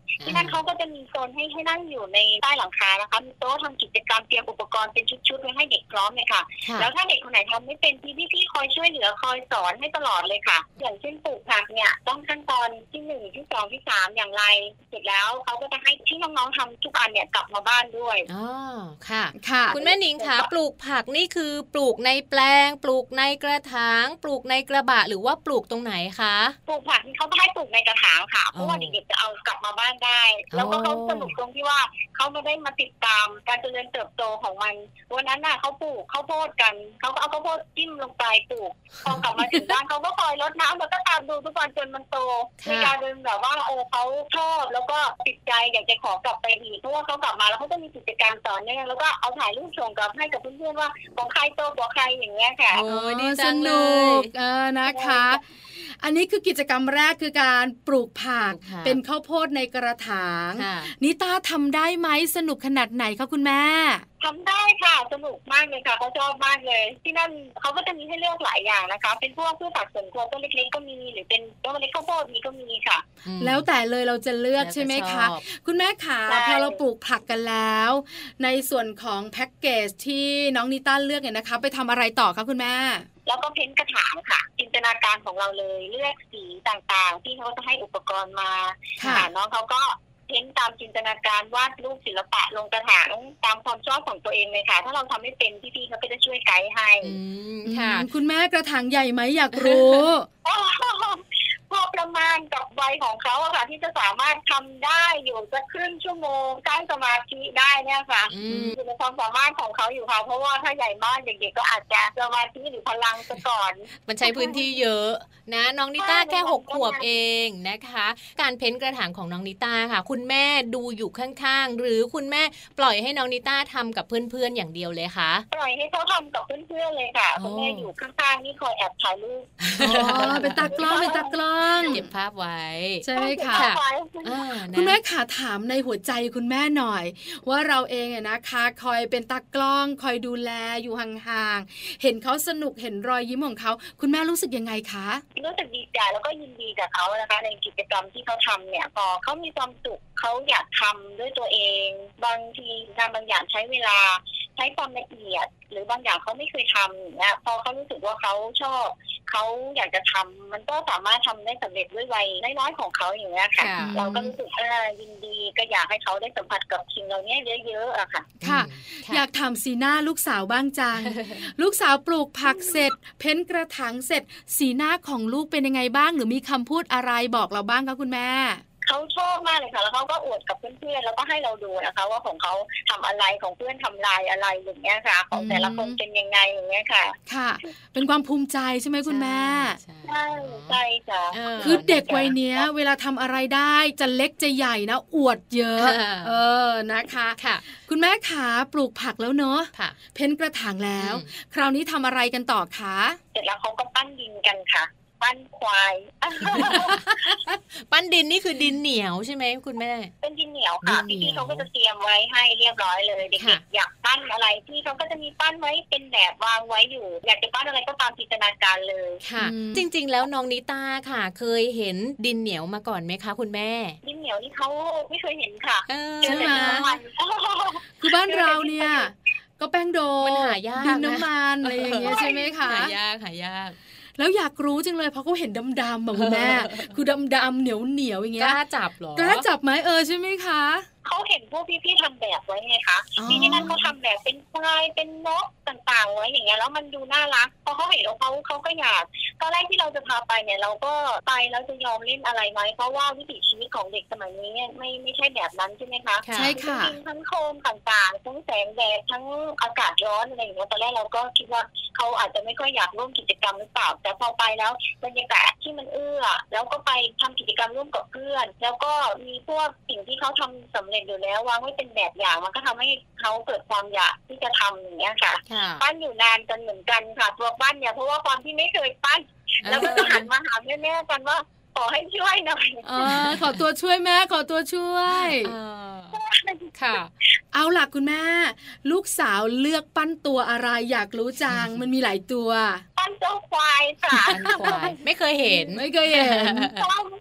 ที่นั่นเขาก็จะมีโซนให้ให้นั่งอยู่ในใต้หลังคานะคะมีโต๊ะทำกิจกรรมเตรียมอุปกรณ์เป็นชุดๆไว้ให้เด็กพร้อมเลยค่ะแล้วถ้าเด็กคนไหนทำไม่เป็นพี่พี่คอยช่วยเหลือคอยสอนให้ตลอดเลยค่ะอย่างเช่นปลูกผักเนี่ยต้องขั้นตอนที่หนึ่งที่สองที่สามอย่างไรเสร็จแล้วเขาก็จะให้ที่น้องๆทำทุกอันเนี่ยกลับมาบ้านด้วยอ๋อค่ะค่ะคุณแม่หนิงคะปลูกผักนี่คือปลูกในแปลงปลูกในกระถางปลูกในกระบะหรือว่าปลูกตรงไหนคะปลูกผักที่เขาให้ปลูกในกระถางค่ะเพราะว่าเด็กๆจะเอากลับมาบ้านได้แล้วก็เขาสนุกตรงที่ว่าเขาไม่ได้มาติดตามการเจริญเติบโตของมันวันนั้นน่ะเขาปลูกข้าวโพดกันเขาก็เอาข้าวโพดจิ้มลงไปปลูกพอกลับมาถึงบ้านเขาก็คอยรดน้ำแล้วก็ตามดูทุกวันจนมันโตมีการเดินแบบว่าเออเขาชอบแล้วก็ติดใจอยากจะขอกลับไปอีกเพราะว่าเขากลับมาแล้วเขาจะมีกิจกรรมต่อเนื่องแล้วก็เอาถ่ายรูปส่งกลับให้กับเพื่อนๆว่าของใครโตกว่าใครอย่างเงี้ยค่ะโอ้ดีจังเลยเออนะคะอันนี้คือกิจกรรมแรกคือการปลูกผักเป็นข้าวโพดในกระถางนิต้าทำได้ไหมสนุกขนาดไหนคะคุณแม่ทำได้ค่ะสนุกมากเลยค่ะเขาชอบมากเลยที่นั่นเขาก็จะมีให้เลือกหลายอย่างนะคะเป็นพวกพืชผักสวนครัวต้นเล็กๆก็มีหรือเป็นต้นเล็กข้าวโพดมีก็มีค่ะแล้วแต่เลยเราจะเลือกใช่ไหมคะคุณแม่ขาพอเราปลูกผักกันแล้วในส่วนของแพ็กเกจที่น้องนิต้าเลือกเนี่ยนะคะไปทำอะไรต่อคะคุณแม่แล้วก็เพ้นกระถางค่ะจินตนาการของเราเลยเลือกสีต่างๆที่เขาจะให้อุปกรณ์มาค่ะน้องเขาก็เพ้นตามจินตนาการวาดรูปศิลปะลงกระถางตามความชอบของตัวเองเลยค่ะถ้าเราทำไม่เป็นพี่ๆเขาก็จะช่วยไกด์ให้ค่ะคุณแม่กระถางใหญ่ไหมอยากรู้พอประมาณกับวัยของเขาอะค่ะที่จะสามารถทำได้อยู่สักครึ่งชั่วโมงใช้สมาธิได้เนี่ยค่ะอยู่ในความสามารถของเขาอยู่ค่ะเพราะว่าถ้าใหญ่มากเด็กๆก็อาจจะสมาธิหรือพลังซะก่อนมันใช้พื้นที่เยอะนะน้องนิต้าแค่หกขวบเองนะคะการเพ้นกระถางของน้องนิต้าค่ะคุณแม่ดูอยู่ข้างๆหรือคุณแม่ปล่อยให้น้องนิต้าทำกับเพื่อนๆอย่างเดียวเลยคะปล่อยให้เขาทำกับเพื่อนๆเลยค่ะคุณแม่อยู่ข้างๆนี่คอยแอบถ่ายรูปอ๋อเป็นตากล้องเป็นตากล้องเก็บภาพไว้ใช่ไหมคะคุณแม่ขาถามในหัวใจคุณแม่หน่อยว่าเราเองเนี่ยนะคะคอยเป็นตากล้องคอยดูแลอยู่ห่างๆเห็นเขาสนุกเห็นรอยยิ้มของเขาคุณแม่รู้สึกยังไงคะรู้สึกดีใจแล้วก็ยินดีกับเขานะคะในกิจกรรมที่เขาทำเนี่ยพอเขามีความสุขเขาอยากทำด้วยตัวเองบางทีงานบางอย่างใช้เวลาใช้ความละเอียดหรือบางอย่างเขาไม่เคยทำอย่างเงี้ยพอเขารู้สึกว่าเขาชอบเขาอยากจะทำมันก็สามารถทำได้สำเร็จด้วยวัยน้อยๆของเขาอย่างเงี้ยค่ะเราก็รู้สึกเออยินดีก็อยากให้เขาได้สัมผัสกับสิ่งเหล่านี้เยอะๆอะค่ะค่ะอยากถามสีหน้าลูกสาวบ้างจัง ลูกสาวปลูกผักเสร็จเพ้นกระถางเสร็จสีหน้าของลูกเป็นยังไงบ้างหรือมีคำพูดอะไรบอกเราบ้างคะคุณแม่เขาชอบมากเลยค่ะแล้วเขาก็อวดกับเพื่อนๆแล้วก็ให้เราดูนะคะว่าของเขาทำอะไรของเพื่อนทำลายอะไรอย่างเงี้ยค่ะของแต่ละคนเป็นยังไงอย่างเงี้ยค่ะค่ะเป็นความภูมิใจใช่ไหมคุณแม่ใช่ใช่ค่ะคือเด็กวัยเนี้ยเวลาทำอะไรได้จะเล็กจะใหญ่นะอวดเยอะเออนะคะค่ะคุณแม่ขาปลูกผักแล้วเนาะเพ้นกระถางแล้วคราวนี้ทำอะไรกันต่อคะเสร็จแล้วเขาก็ปั้นดินกันค่ะปั้นควายปั้นดินนี่คือดินเหนียวใช่ไหมคุณแม่เป็นดินเหนียวค่ะพี่ๆเขาก็จะเตรียมไว้ให้เรียบร้อยเลยเด็กๆอยากปั้นอะไรที่เขาก็จะมีปั้นไว้เป็นแบบวางไว้อยู่อยากจะปั้นอะไรก็ตามจินตนาการเลยค่ะจริงๆแล้วน้องนิต้าค่ะเคยเห็นดินเหนียวมาก่อนไหมคะคุณแม่ดินเหนียวนี่เขาไม่เคยเห็นค่ะใช่ไหมคือบ้านเราเนี่ยก็แป้งโดมันหายากดินน้ำมันอะไรอย่างเงี้ยใช่ไหมคะหายากหายากแล้วอยากรู้จังเลยเพราะเขาเห็นดำๆแบบคุณแม่คือดำๆเหนียวๆอย่างเงี้ยกล้าจับหรอกล้าจับไหมเออใช่ไหมคะเขาเห็นพวกพี่ๆทำแบบไว้ไงคะที่นี่นั่นเขาทำแบบเป็นควายเป็นนกต่างๆไว้อย่างเงี้ยแล้วมันดูน่ารักพอเขาเห็นแล้วเขาเขาก็อยากตอนแรกที่เราจะพาไปเนี่ยเราก็ไปแล้วจะยอมเล่นอะไรไหมเพราะว่าวิถีชีวิตของเด็กสมัยนี้เนี่ยไม่ไม่ใช่แบบนั้นใช่ไหมคะใช่ค่ะทั้งโคมต่างๆทั้งแสงแดดทั้งอากาศร้อนอะไรอย่างเงี้ยตอนแรกเราก็คิดว่าเขาอาจจะไม่ค่อยอยากร่วมกิจกรรมหรือเปล่าแต่พอไปแล้วบรรยากาศที่มันเอื้อแล้วก็ไปทำกิจกรรมร่วมกับเพื่อนแล้วก็มีพวกสิ่งที่เขาทำสำเร็จอยู่แล้ววางไว้เป็นแบบอย่างมันก็ทำให้เขาเกิดความอยากที่จะทำอย่างเงี้ยค่ะปั้นอยู่นานกันเหมือนกันค่ะตัวปั้นเนี่ยเพราะว่าความที่ไม่เคยปั้นแล้วก็หันมาหาแม่ๆกันว่าขอให้ช่วยหน่อยอ๋อขอตัวช่วยแม่ขอตัวช่วยค่ะเอาล่ะคุณแม่ลูกสาวเลือกปั้นตัวอะไรอยากรู้จังมันมีหลายตัวปั้นเจ้าควายค่ะปั้นควายไม่เคยเห็นไม่เคยเห็นไม่เคยเห็น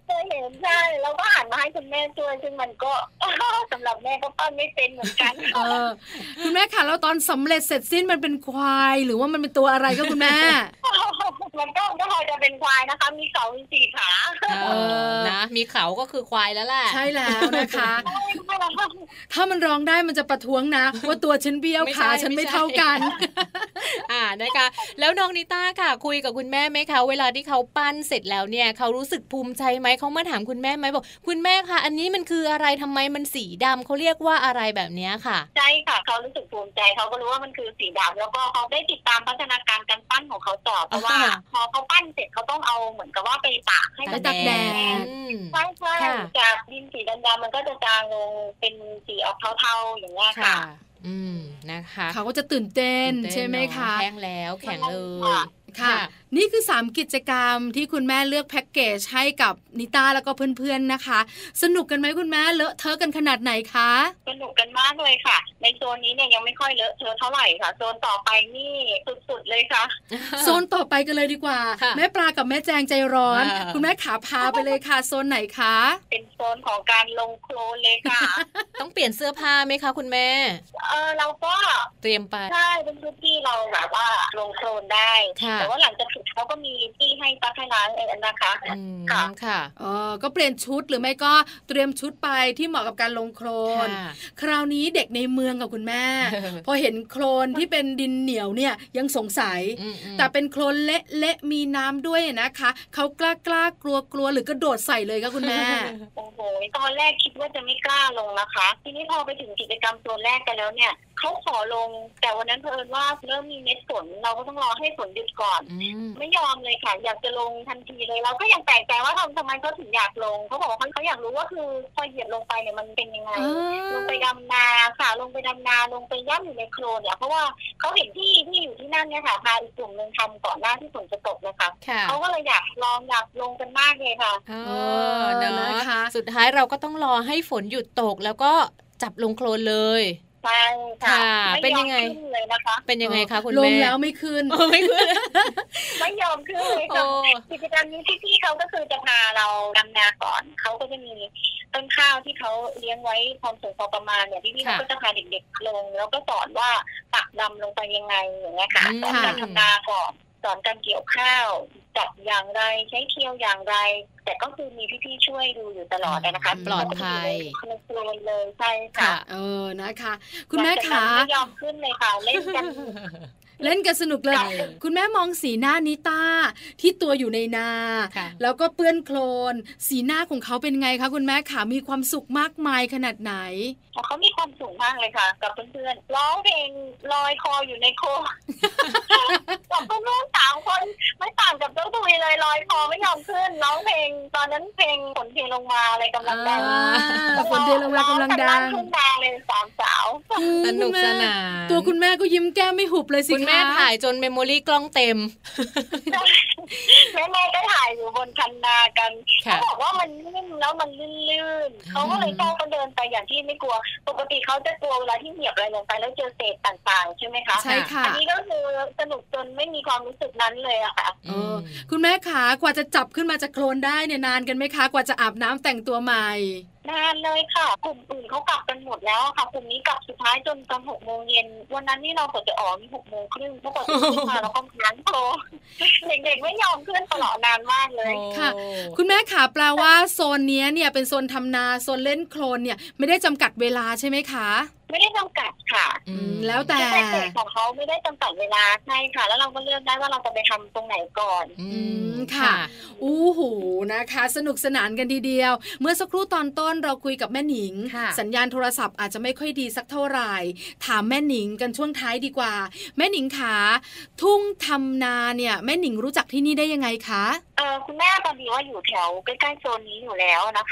ใช่แล้วก็หันมาให้คุณแม่ช่วยซึ่งมันก็สำหรับแม่ก็ปั้นไม่เป็นเหมือนกันเออคุณแม่ค่ะแล้วตอนสำเร็จเสร็จสิ้นมันเป็นควายหรือว่ามันเป็นตัวอะไรก็คุณแม่มันก็ก็พอจะเป็นควายนะคะมีเขามีสี่ขาเออนะมีเขาก็คือควายแล้วแหละใช่แล้วนะคะถ้ามันร้องได้มันจะประท้วงนะว่าตัวฉันเบี้ยวขาฉันไม่เท่ากันอ่านะคะแล้วน้องนิต้าค่ะคุยกับคุณแม่ไหมคะเวลาที่เขาปั้นเสร็จแล้วเนี่ยเขารู้สึกภูมิใจไหมเขามาถามคุณแม่ไหมบอกคุณแม่คะอันนี้มันคืออะไรทำไมมันสีดำเขาเรียกว่าอะไรแบบนี้ค่ะใช่ค่ะเขารู้สึกภูมิใจเขาก็รู้ว่ามันคือสีดำแล้วก็เขาได้ติดตามพัฒนาการการปั้นของเขาต่อเพราะว่าพอเขาปั้นเสร็จเขาต้องเอาเหมือนกับว่าไปตากให้มันแดงใช่ใช่จากดินสีดำๆมันก็จะจางลงเป็นสีออกเทาๆอย่างนี้ค่ะอืมนะคะเขาก็จะตื่นเต้นใช่ไหมคะแข็งแล้วแข็งเลยค่ะนี่คือสามกิจกรรมที่คุณแม่เลือกแพ็กเกจให้กับนิต้าแล้วก็เพื่อนๆนะคะสนุกกันไหมคุณแม่เลอะเทอะกันขนาดไหนคะสนุกกันมากเลยค่ะในโซนนี้เนี่ยยังไม่ค่อยเลอะเทอะเท่าไหร่ค่ะโซนต่อไปนี่สุดๆเลยค่ะโซนต่อไปกันเลยดีกว่าแม่ปลากับแม่แจงใจร้อนคุณแม่ขาพาไปเลยค่ะโซนไหนคะเป็นโซนของการลงโคลนเลยค่ะต้องเปลี่ยนเสื้อผ้าไหมคะคุณแม่เออเราก็เตรียมไปใช่เป็นพื้นที่เราแบบว่าลงโคลนได้แต่ว่าหลังจากสุดเขาก็มีที่ให้ซักให้ล้างเองนะคะค่ะค่ะอ๋อก็เปลี่ยนชุดหรือไม่ก็เตรียมชุดไปที่เหมาะกับการลงโคลนคราวนี้เด็กในเมืองกับคุณแม่พอเห็นโคลนที่เป็นดินเหนียวเนี่ยยังสงสัยแต่เป็นโคลนเละเละมีน้ำด้วยนะคะเขากล้ากล้ากลัวกลัวหรือกระโดดใส่เลยคะคุณแม่โอ้โหตอนแรกคิดว่าจะไม่กล้าลงนะคะทีนี้พอไปถึงกิจกรรมตัวแรกกันแล้วเนี่ยเขาขอลงแต่วันนั้นเพิ่นว่าเริ่มมีเม็ดฝนเราก็ต้องรอให้ฝนหยุดก่อนไม่ยอมเลยค่ะอยากจะลงทันทีเลยเราก็ยังแปลกใจว่าทำทำไมเขาถึงอยากลงเขาบอกว่าเขาอยากรู้ว่าคือพอเหยียบลงไปเนี่ยมันเป็นยังไงลงไปดำนาค่ะลงไปดำนาลงไปย่ำอยู่ในโคลนเนี่ยเพราะว่าเขาเห็นที่ที่อยู่ที่นั่นเนี่ยค่ะพาอีกกลุ่มนึงทำก่อนหน้าที่ฝนจะตกนะคะเขาก็เลยอยากลองอยากลงกันมากเลยค่ะเออนะคะสุดท้ายเราก็ต้องรอให้ฝนหยุดตกแล้วก็จับลงโคลนเลยใช่ค่ะเป็นยังไงเลยนะคะเป็นยังไงคะคุณแม่ลงแล้วไม่ขึ้นไม่ขึ้นไม่ยอมขึ้นเลยค่ะกิจกรรมนี้พี่ๆเขาก็คือจะพาเราดำนาก่อนเขาก็จะมีต้นข้าวที่เขาเลี้ยงไว้ความสูงพอประมาณเนี่ยพี่ๆเขาก็จะพาเด็กๆลงแล้วก็สอนว่าปักดำลงไปยังไงอย่างเงี้ยค่ะสอนการทำนาก่อนสอนการเกี่ยวข้าวจับอย่างไรใช้เคี่ยวอย่างไรแต่ก็คือมีพี่ๆช่วยดูอยู่ตลอดนะคะปลอดภัยเลยใช่ค่ะเออนะคะคุณแม่ขาไม่ยอมขึ้นเลยค่ะเล่นกันเล่นกันสนุกเลยคุณแม่มองสีหน้านิต้าที่ตัวอยู่ในนาแล้วก็เปื้อนโคลนสีหน้าของเขาเป็นไงคะคุณแม่ขามีความสุขมากมายขนาดไหนเขามีความสุขมากเลยค่ะกับเพื่อนๆร้องเพลงลอยคออยู่ในโคลนกับเพื่อนๆสามคนไม่ต่างกับเจ้าตุยเลยลอยคอไม่ยอมขึ้นร้องเพลงตอนนั้นเพลงฝนเทลงมาอะไรกำลังดังฝนเทลงมากำลังดังขึ้นดังเลยสามสาวสนุกสนานตัวคุณแม่ก็ยิ้มแก้มไม่หุบเลยสิคุณแม่ถ่ายจนเมมโมรี่กล้องเต็มแม่แม่ก็ถ่ายอยู่บนคันนากันเขาบอกว่ามันนิ่มแล้วมันลื่นๆเขาก็เลยชอบก็เดินไปอย่างที่ไม่กลัวปกติเขาจะกลัวเวลาที่เหยียบอะไรลงไปแล้วเจอเศษต่างๆใช่ไหมคะใช่ค่ะอันนี้ก็คือสนุกจนไม่มีความรู้สึกนั้นเลยอะค่ะคุณแม่ขากว่าจะจับขึ้นมาจากโคลนได้เนี่ยนานกันไหมคะกว่าจะอาบน้ำแต่งตัวใหม่นานเลยค่ะกลุ่มอื่นเขากลับกันหมดแล้วค่ะกลุ่มนี้กลับสุดท้ายจนตอนหกโมงเย็นวันนั้นนี่เรากว่าจะออกมีหกโมงครึ่งเมื่อก่อนขึ้นมาเราก็ล้างโคลเด็กๆไม่ยอมขึ้นตลอดนานมากเลยค่ะคุณแม่ขาแปลว่าโซนนี้เนี่ยเป็นโซนทำนาโซนเล่นโคลนเนี่ยไม่ได้จำกัดเวลาใช่ไหมคะไม่ได้จำกัดค่ะแล้วแต่ของเขาไม่ได้จำกัดเวลาใช่ค่ะแล้วเราก็เลือกได้ว่าเราจะไปทำตรงไหนก่อนอืมค่ะอู้หูนะคะสนุกสนานกันทีเดียวเมื่อสักครู่ตอนต้นเราคุยกับแม่หนิงสัญญาณโทรศัพท์อาจจะไม่ค่อยดีสักเท่าไหร่ถามแม่หนิงกันช่วงท้ายดีกว่าแม่หนิงขาทุ่งทำนาเนี่ยแม่หนิงรู้จักที่นี่ได้ยังไงคะเออคุณแม่ตอนนี้ว่าอยู่แถวใกล้ๆโซนนี้อยู่แล้วนะคะ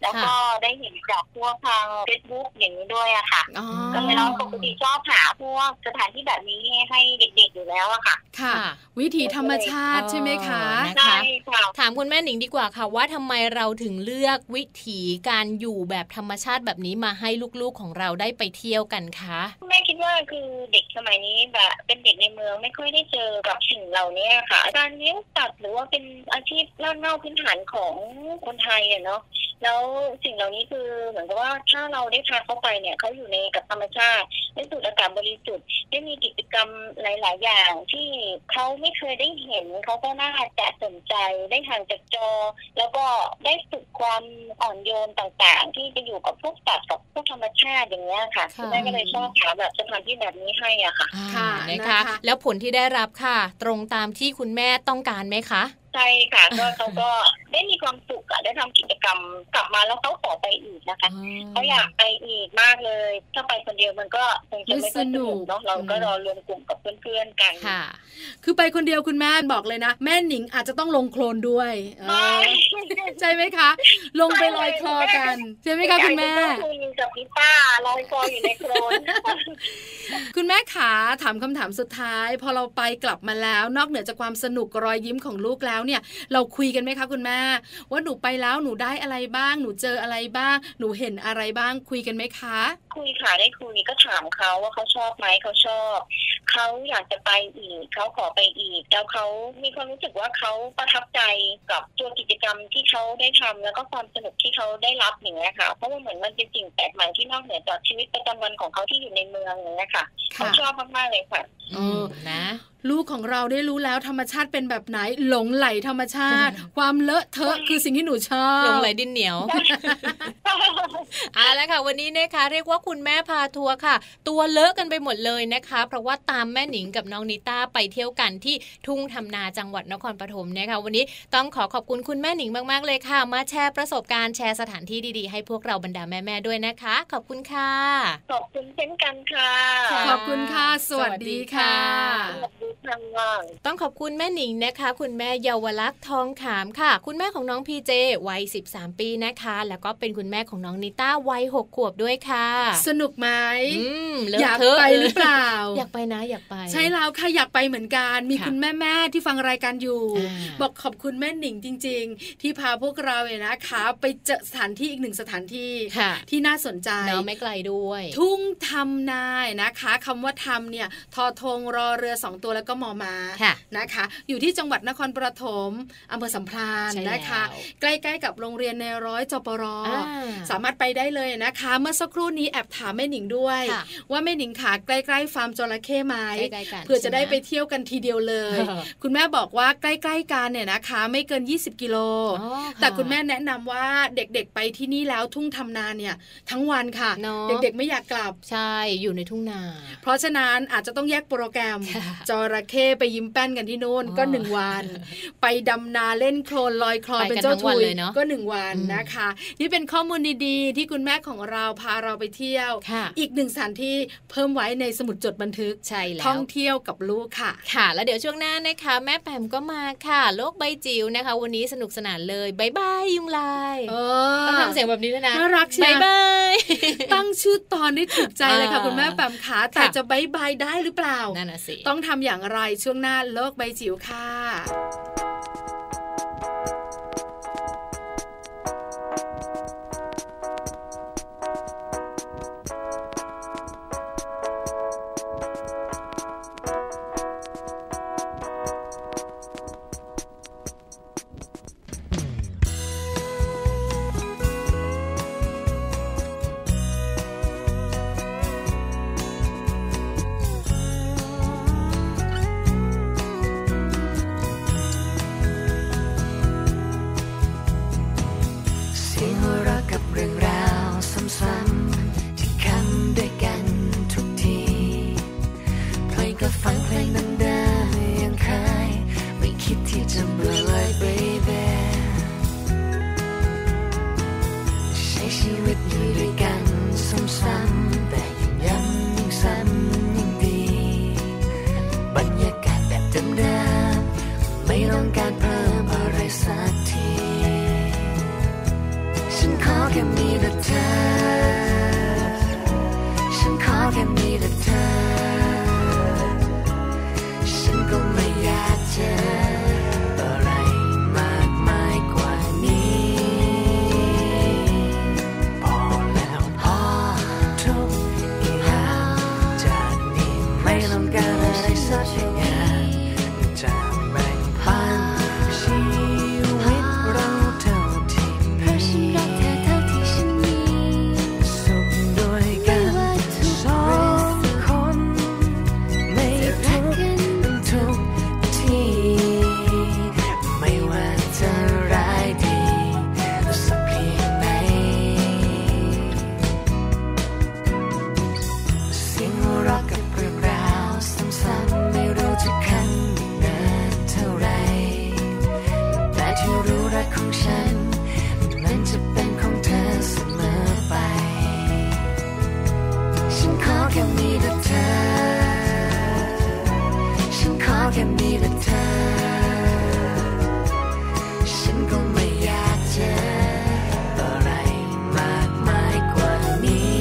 แล้วก็ได้เห็นจากพวกทาง Facebook อย่างนี้ด้วยอะค่ะก็เลยเราปกติชอบหาพวกสถานที่แบบนี้ให้เด็กๆอยู่แล้วอะค่ะค่ะวิถีธรรมชาติใช่ไหมคะใช่ค่ะถามคุณแม่หนิงดีกว่าค่ะว่าทำไมเราถึงเลือกวิถีการอยู่แบบธรรมชาติแบบนี้มาให้ลูกๆของเราได้ไปเที่ยวกันคะแม่คิดว่าคือเด็กสมัยนี้แบบเป็นเด็กในเมืองไม่ค่อยได้เจอกับสิ่งเหล่านี้ค่ะการเลี้ยงสัตว์หรือว่าเป็นอาชีพรากเหง้าพื้นฐานของคนไทยอะเนาะแล้วสิ่งเหล่านี้คือเหมือนกับว่าถ้าเราได้พาเขาไปเนี่ยเขาอยู่ในกับธรรมชาติได้สูดอากาศบริสุทธิ์ได้มีกิจกรรมหลายๆอย่างที่เขาไม่เคยได้เห็นเขาก็น่าจะสนใจได้ห่างจากจอแล้วก็ได้ฝึกความอ่อนโยนต่างๆที่จะอยู่กับพวกสัตว์กับพวกธรรมชาติอย่างเงี้ยค่ะแม่ก็เลยชอบหาแบบสถานที่แบบนี้ให้อ่ะค่ะค่ะนะคะแล้วผลที่ได้รับค่ะตรงตามที่คุณแม่ต้องการไหมคะใช่ค่ะก็เขาก็ได้มีความสุขอะได้ทำกิจกรรมกลับมาแล้วเขาขอไปอีกนะคะเขาอยากไปอีกมากเลยถ้าไปคนเดียวมันก็คงจะไม่สนุกเนาะเราก็รอรวมกลุ่มกับเพื่อนๆกันค่ะคือไปคนเดียวคุณแม่บอกเลยนะแม่หนิงอาจจะต้องลงโคลนด้วยใช่ไหมคะลงไปลอยคลอกันใช่ไหมคะคุณแม่กับพี่ป้าลอยคลออยู่ในโคลนคุณแม่ขาถามคำถามสุดท้ายพอเราไปกลับมาแล้วนอกเหนือจากความสนุกรอยยิ้มของลูกแล้วเนี่ยเราคุยกันไหมคะคุณแม่ว่าหนูไปแล้วหนูได้อะไรบ้างหนูเจออะไรบ้างหนูเห็นอะไรบ้างคุยกันไหมคะคุยค่ะได้คุยก็ถามเขาว่าเขาชอบไหมเขาชอบเขาอยากจะไปอีกเขาขอไปอีกแล้วเขามีความรู้สึกว่าเขาประทับใจกับตัวกิจกรรมที่เขาได้ทำแล้วก็ความสนุกที่เขาได้รับอย่างเงี้ยค่ะเพราะว่าเหมือนมันเป็นสิ่งแปลกใหม่ที่นอกเหนือจากชีวิตประจำวันของเขาที่อยู่ในเมืองอย่างเงี้ยค่ะเขาชอบมากๆเลยค่ะอืมนะลูกของเราได้รู้แล้วธรรมชาติเป็นแบบไหนหลงไหลธรรมชาติความเลอะเทอะคือสิ่งที่หนูชอบหลงไหลดินเหนียวเอาละค่ะวันนี้นะคะเรียกว่าคุณแม่พาทัวร์ค่ะตัวเลอะกันไปหมดเลยนะคะเพราะว่าตามแม่หนิงกับน้องนิต้าไปเที่ยวกันที่ทุ่งทำนาจังหวัดนครปฐมนะคะวันนี้ต้องขอขอบคุณคุณแม่หนิงมากๆเลยค่ะมาแชร์ประสบการณ์แชร์สถานที่ดีๆให้พวกเราบรรดาแม่ๆด้วยนะคะขอบคุณค่ะขอบคุณเช่นกันค่ะขอบคุณค่ะสวัสดีค่ะต้องขอบคุณแม่หนิงนะคะคุณแม่เยาวลักษณ์ทองขามค่ะคุณแม่ของน้องพีเจวัยสิบสามปีนะคะแล้วก็เป็นคุณแม่ของน้องนิต้าวัยหกขวบด้วยค่ะสนุกไหมอ, อยากไปหรือเปล่าอยากไปนะอยากไปใช่แล้วค่ะอยากไปเหมือนกันมีคุณแม่แม่ที่ฟังรายการอยู่บอกขอบคุณแม่หนิงจริงๆที่พาพวกเราเนี่ยนะคะไปเจอสถานที่อีกหนึ่งสถานที่ที่น่าสนใจเนาะไม่ไกลด้วยทุ่งทำนานะคะคำว่าทำเนี่ยทอทงรอเรือสองตัวแล้วก็มอมานะคะอยู่ที่จังหวัดนครปฐมอำเภอสัมพรานนะคะใกล้ๆกับโรงเรียนในร้อยจปรสามารถไปได้เลยนะคะเมื่อสักครู่นี้แอบถามแม่หนิงด้วยว่าแม่หนิงขาใกล้ๆฟาร์มจระเข้ไหมเพื่อจะได้ไปเที่ยวกันทีเดียวเลยคุณแม่บอกว่าใกล้ๆกันเนี่ยนะคะไม่เกินยี่สิบกิโลแต่คุณแม่แนะนำว่าเด็กๆไปที่นี่แล้วทุ่งทำนาเนี่ยทั้งวันค่ะเด็กๆไม่อยากกลับใช่อยู่ในทุ่งนาเพราะฉะนั้นอาจจะต้องแยกโปรแกรมจระเข้ไปยิ้มแป้นกันที่โน่นก็หนึ่งวันไปดำนาเล่นโคลนลอยคลอเป็นเจ้าทุยก็หนึ่งวันนะคะนี่เป็นข้อมูลดีๆที่คุณแม่ของเราพาเราไปเที่ยวอีกหนึ่งสถานที่เพิ่มไว้ในสมุดจดบันทึกใช่แล้วท่องเที่ยวกับลูกค่ะค่ะแล้วเดี๋ยวช่วงหน้านะคะแม่แปมก็มาค่ะโลกใบจิ๋วนะคะวันนี้สนุกสนานเลยบายบายยุงลายต้องทำเสียงแบบนี้ด้วยนะน่ารักใช่บายบายตั้งชื่อตอนได้ถูกใจเลยค่ะคุณแม่แปมขาแต่จะบายบายได้หรือเปล่านั่นน่ะสิต้องทำอย่างไรช่วงหน้าโลกใบจิ๋วค่ะของฉันนั้นจะเป็นของเธอเสมอไปฉันขอแค่มีแต่เธอฉันขอแค่มีแต่เธอฉันก็ไม่อยากเจออะไรมากมายกว่านี้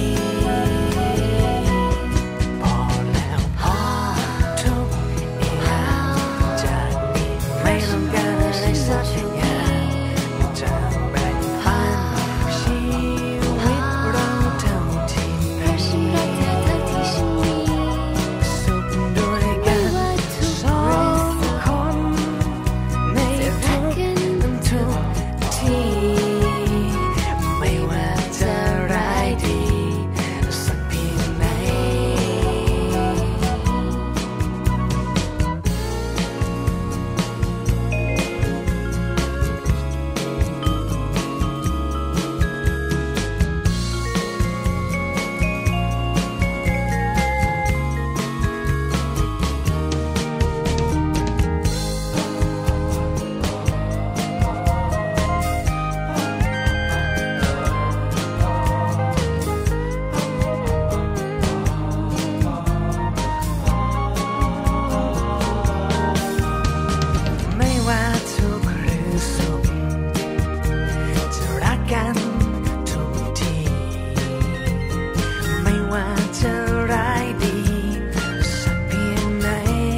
พอแล้วพอทุกอย่างจากนี้ไม่ต้องการอะไรสักอย่างจะแบ่งปันชีวิตเราเท่าที่มีสุขด้วยกันสองคนในทุกทุกที่ไม่ว่าจะร้ายดีสักเพียงไหนไม่ว่าทุกข์หรือสุขจะรักกันทุกทีไม่ว่าจะร้ายดีสักเพียงไหน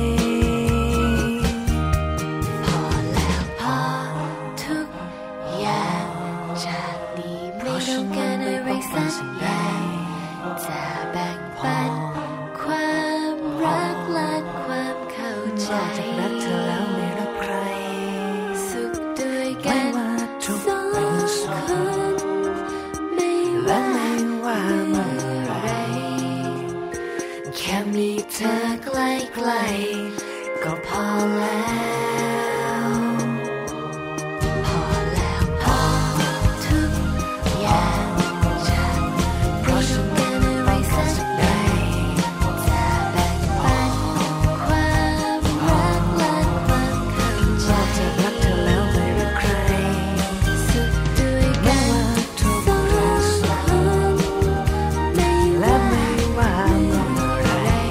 พอแล้วพอทุกอย่างจากนี้ไม่ต้องการอะไรสักอย่างจะแบ่งปันความรักและความเข้าใจจากรักเธอแล้วไม่รักใครสุขด้วยกันสองคนไม่ว่าเมื่อไรแค่มีเธอใกล้ๆก็พอแล้วพอแล้วพอทุกอย่างจากเพราะฉันกันอะไรสักอย่างจะแบ่งปันความรักและความเข้าใจจะรักเธอแล้วไม่รักใครสุขด้วยกันสองคนไม่และไม่ว่าเมื่อไร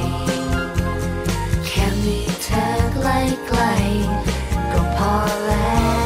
แค่มีเธอใกล้ๆก็พอแล้ว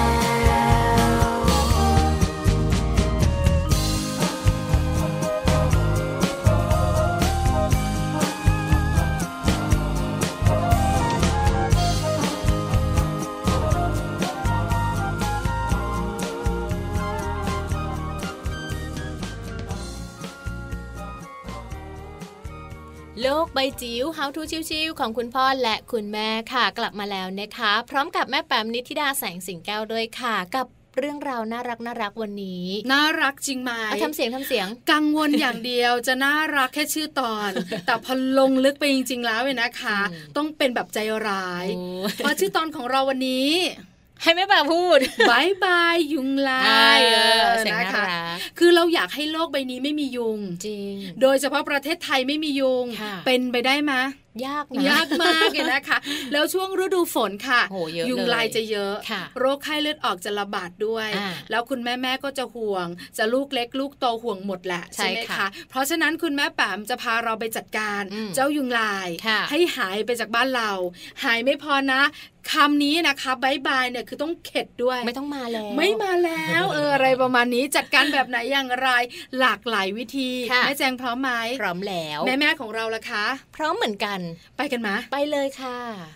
โลกใบจิ๋ว How to ชิวๆของคุณพ่อและคุณแม่ค่ะกลับมาแล้วนะคะพร้อมกับแม่แปมนิธิดาแสงสิงแก้วด้วยค่ะกับเรื่องราวน่ารักน่ารักวันนี้น่ารักจริงไหมทำเสียงทำเสียงกังวลอย่างเดียวจะน่ารักแค่ชื่อตอน แต่พอลงลึกไปจริงๆแล้วเนี่ยนะคะต้องเป็นแบบใจร้ายเพราะชื่อตอนของเราวันนี้ให้แม่ปาพูดบายบายยุงลายเออนะคะคือเราอยากให้โลกใบนี้ไม่มียุงจริงโดยเฉพาะประเทศไทยไม่มียุงเป็นไปได้ไหมยากนะยากมากเลยนะคะแล้วช่วงฤดูฝนค่ะยุงลายจะเยอะโรคไข้เลือดออกจะระบาดด้วยแล้วคุณแม่แม่ก็จะห่วงจะลูกเล็กลูกโตห่วงหมดแหละใช่ไหมคะเพราะฉะนั้นคุณแม่แปมจะพาเราไปจัดการเจ้ายุงลายให้หายไปจากบ้านเราหายไม่พอนะคำนี้นะคะบายบายเนี่ยคือต้องเข็ดด้วยไม่ต้องมาแล้วไม่มาแล้วเอออะไรประมาณนี้จัดการแบบไหนอย่างไรหลากหลายวิธีแม่แจงพร้อมไหมพร้อมแล้วแม่แม่ของเราล่ะคะพร้อมเหมือนกันไปกันมาไปเลยค่ะ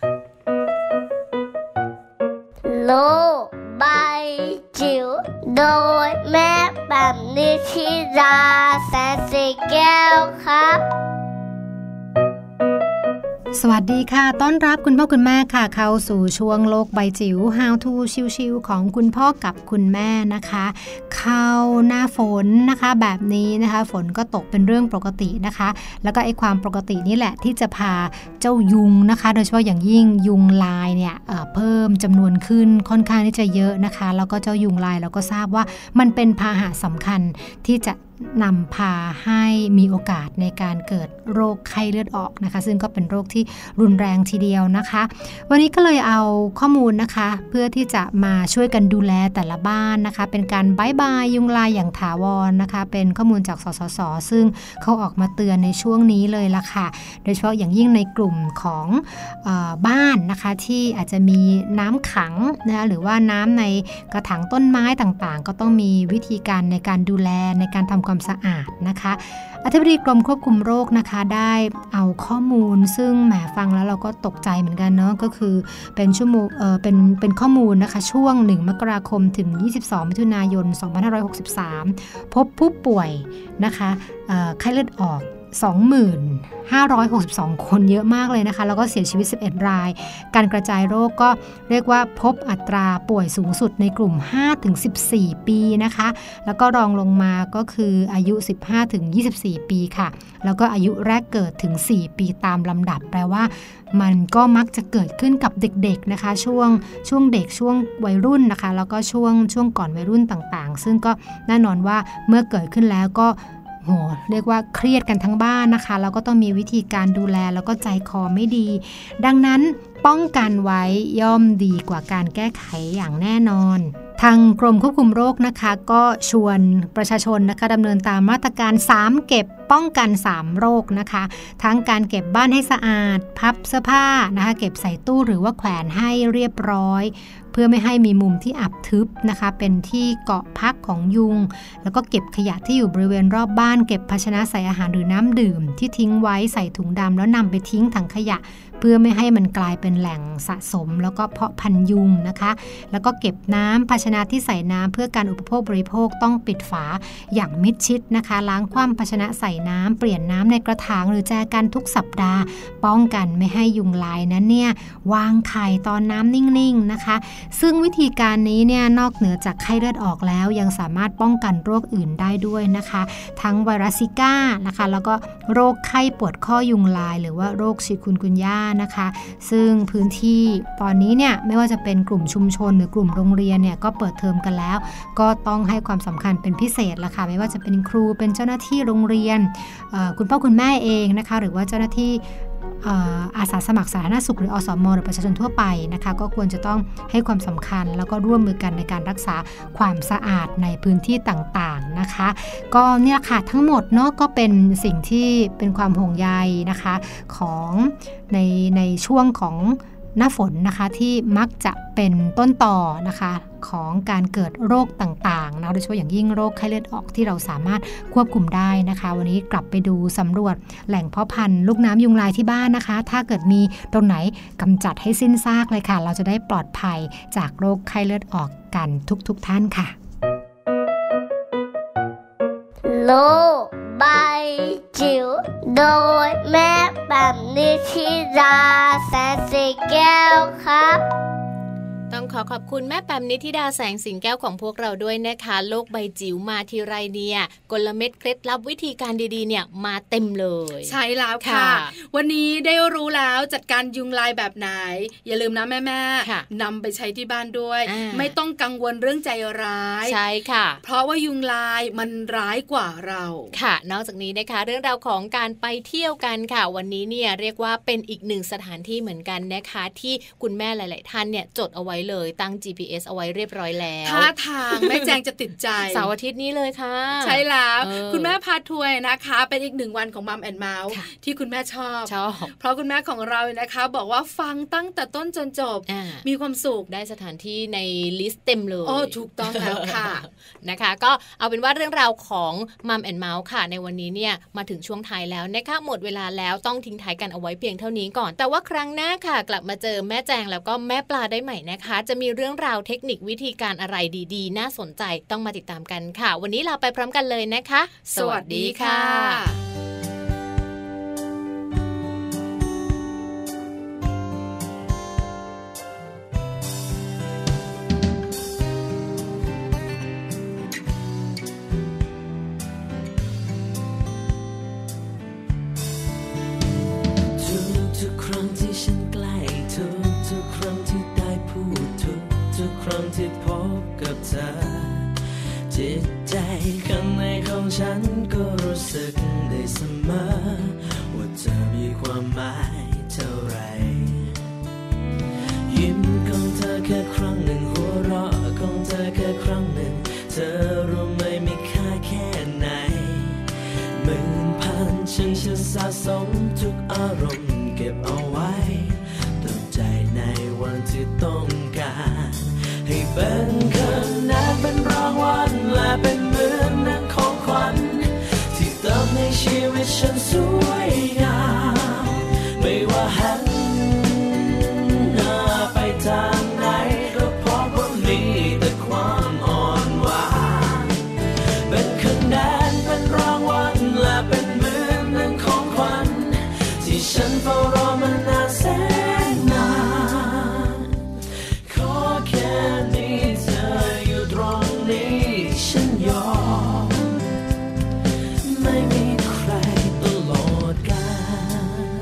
โลกใบจิ๋วโดยแม่แบบนิธิดาแสนสีแก้วครับสวัสดีค่ะต้อนรับคุณพ่อคุณแม่ค่ะเข้าสู่ช่วงโลกใบจิ๋ว How to ชิวๆของคุณพ่อกับคุณแม่นะคะเข้าหน้าฝนนะคะแบบนี้นะคะฝนก็ตกเป็นเรื่องปกตินะคะแล้วก็ไอ้ความปกตินี่แหละที่จะพาเจ้ายุงนะคะโดยเฉพาะอย่างยิ่งยุงลายเนี่ยเอ่อเพิ่มจำนวนขึ้นค่อนข้างที่จะเยอะนะคะแล้วก็เจ้ายุงลายเราก็ทราบว่ามันเป็นพาหะสำคัญที่จะนำพาให้มีโอกาสในการเกิดโรคไข้เลือดออกนะคะซึ่งก็เป็นโรคที่รุนแรงทีเดียวนะคะวันนี้ก็เลยเอาข้อมูลนะคะเพื่อที่จะมาช่วยกันดูแลแต่ละบ้านนะคะเป็นการบ๊ายบายยุงลายอย่างถาวรนะคะเป็นข้อมูลจากสสส.ซึ่งเขาออกมาเตือนในช่วงนี้เลยล่ะค่ะโดยเฉพาะอย่างยิ่งในกลุ่มของเอ่อบ้านนะคะที่อาจจะมีน้ำขังนะคะหรือว่าน้ำในกระถางต้นไม้ต่างๆก็ต้องมีวิธีการในการดูแลในการทำความสะอาดนะคะอธิบดีกรมควบคุมโรคนะคะได้เอาข้อมูลซึ่งแหมฟังแล้วเราก็ตกใจเหมือนกันเนาะก็คือเป็นชั่วโมงเออเป็นเป็นข้อมูลนะคะช่วงหนึ่งมกราคมถึงยี่สิบสองมิถุนายนสองพันห้าร้อยหกสิบสามพบผู้ป่วยนะคะเอ่อไข้เลือดออก สองหมื่นห้าร้อยหกสิบสอง คนเยอะมากเลยนะคะแล้วก็เสียชีวิตสิบเอ็ดรายการกระจายโรคก็เรียกว่าพบอัตราป่วยสูงสุดในกลุ่ม ห้าถึงสิบสี่ ปีนะคะแล้วก็รองลงมาก็คืออายุ สิบห้าถึงยี่สิบสี่ ปีค่ะแล้วก็อายุแรกเกิดถึงสี่ปีตามลำดับแปลว่ามันก็มักจะเกิดขึ้นกับเด็กๆนะคะช่วงช่วงเด็กช่วงวัยรุ่นนะคะแล้วก็ช่วงช่วงก่อนวัยรุ่นต่างๆซึ่งก็แน่นอนว่าเมื่อเกิดขึ้นแล้วก็โหเรียกว่าเครียดกันทั้งบ้านนะคะแล้วก็ต้องมีวิธีการดูแลแล้วก็ใจคอไม่ดีดังนั้นป้องกันไว้ย่อมดีกว่าการแก้ไขอย่างแน่นอนทางกรมควบคุมโรคนะคะก็ชวนประชาชนนะคะดำเนินตามมาตรการสามเก็บป้องกันสามโรคนะคะทั้งการเก็บบ้านให้สะอาดพับเสื้อผ้านะคะเก็บใส่ตู้หรือว่าแขวนให้เรียบร้อยเพื่อไม่ให้มีมุมที่อับทึบนะคะเป็นที่เกาะพักของยุงแล้วก็เก็บขยะที่อยู่บริเวณรอบบ้านเก็บภาชนะใส่อาหารหรือน้ำดื่มที่ทิ้งไว้ใส่ถุงดำแล้วนำไปทิ้งถังขยะเพื่อไม่ให้มันกลายเป็นแหล่งสะสมแล้วก็เพาะพันธุ์ยุงนะคะแล้วก็เก็บน้ำภาชนะที่ใส่น้ำเพื่อการอุปโภคบริโภคต้องปิดฝาอย่างมิดชิดนะคะล้างคว่ำภาชนะใส่น้ำเปลี่ยนน้ำในกระถางหรือแจกันทุกสัปดาห์ป้องกันไม่ให้ยุงลายนั้นเนี่ยวางไข่ตอนน้ำนิ่งๆนะคะซึ่งวิธีการนี้เนี่ยนอกเหนือจากไข้เลือดออกแล้วยังสามารถป้องกันโรคอื่นได้ด้วยนะคะทั้งไวรัสซิก้านะคะแล้วก็โรคไข้ปวดข้อยุงลายหรือว่าโรคชิคุนกุนย่านะคะซึ่งพื้นที่ตอนนี้เนี่ยไม่ว่าจะเป็นกลุ่มชุมชนหรือกลุ่มโรงเรียนเนี่ยก็เปิดเทอมกันแล้วก็ต้องให้ความสำคัญเป็นพิเศษละค่ะไม่ว่าจะเป็นครูเป็นเจ้าหน้าที่โรงเรียนคุณพ่อคุณแม่เองนะคะหรือว่าเจ้าหน้าที่อาสาสมัครสาธารณสุขหรืออสม.หรือประชาชนทั่วไปนะคะก็ควรจะต้องให้ความสำคัญแล้วก็ร่วมมือกันในการรักษาความสะอาดในพื้นที่ต่างๆนะคะก็เนี่ยค่ะทั้งหมดเนาะก็เป็นสิ่งที่เป็นความห่วงใยนะคะของในในช่วงของหน้าฝนนะคะที่มักจะเป็นต้นต่อนะคะของการเกิดโรคต่างๆนะโดยเฉพาะอย่างยิ่งโรคไข้เลือดออกที่เราสามารถควบคุมได้นะคะวันนี้กลับไปดูสำรวจแหล่งเพาะพันธุ์ลูกน้ำยุงลายที่บ้านนะคะถ้าเกิดมีตรงไหนกำจัดให้สิ้นซากเลยค่ะเราจะได้ปลอดภัยจากโรคไข้เลือดออกกันทุกๆท่านค่ะโลกใบจิ๋วโดยแม่แบบนิชิราแสนสีแก้วครับต้องขอขอบคุณแม่แปมนิธิดาแสงสิงแก้วของพวกเราด้วยนะคะโลกใบจิ๋วมาทีไรเนี่ยกลเม็ดเคล็ดลับวิธีการดีๆเนี่ยมาเต็มเลยใช่แล้วค่ะวันนี้ได้รู้แล้วจัดการยุงลายแบบไหนอย่าลืมนะแม่ๆนำไปใช้ที่บ้านด้วยไม่ต้องกังวลเรื่องใจร้ายใช่ค่ะเพราะว่ายุงลายมันร้ายกว่าเราค่ะนอกจากนี้นะคะเรื่องราวของการไปเที่ยวกันค่ะวันนี้เนี่ยเรียกว่าเป็นอีกหนึ่งสถานที่เหมือนกันนะคะที่คุณแม่หลายๆท่านเนี่ยจดเอาไว้เลยตั้ง จี พี เอส เอาไว้เรียบร้อยแล้วท่าทางแม่แจงจะติดใจเสาร์อาทิตย์นี้เลยค่ะใช่แล้วคุณแม่พาทัวร์นะคะเป็นอีกหนึ่งวันของมัมแอนด์เมาส์ที่คุณแม่ชอบชอบเพราะคุณแม่ของเรานะคะบอกว่าฟังตั้งแต่ต้นจนจบมีความสุขได้สถานที่ในลิสต์เต็มเลยโอ้ถูกต้องแล้วค่ะนะคะก็เอาเป็นว่าเรื่องราวของมัมแอนด์เมาส์ค่ะในวันนี้เนี่ยมาถึงช่วงท้ายแล้วนะคะหมดเวลาแล้วต้องทิ้งท้ายกันเอาไว้เพียงเท่านี้ก่อนแต่ว่าครั้งหน้าค่ะกลับมาเจอแม่แจงแล้วก็แม่ปลาได้ใหม่นะคะจะมีเรื่องราวเทคนิควิธีการอะไรดีๆน่าสนใจต้องมาติดตามกันค่ะวันนี้ลาไปพร้อมกันเลยนะคะสวัสดีค่ะทุกครั้งที่ฉันใกล้เธอทุกครั้งที่ได้พูดทุกทุกครั้งที่พบกับเธอจิตใจใจข้างในของฉันก็รู้สึกได้เสมอว่าเธอมีความหมายเท่าไรยิ้มของเธอแค่ครั้งหนึ่งหัวเราะของเธอแค่ครั้งหนึ่งเธอรู้ไหมมีค่าแค่ไหนหมื่นพันฉันจะสะสมทุกอารมณ์เก็บเอาไว้เติมใจในวันที่ต้องการให้เป็นคืนนั้นเป็นรางวัลและเป็นเหมือนหนังของขวัญที่เติมในชีวิตฉันสวยงามไม่ว่าหันหน้าไปทางไหนก็พบว่ามีแต่ความอ่อนหวานเป็นคืนนั้นเป็นรางวัลและเป็นเหมือนหนังของขวัญที่ฉันเฝ้ารอมานานแสนนานขอแค่มีเธออยู่ตรงนี้ฉันยอมไม่มีใครตลอดกาล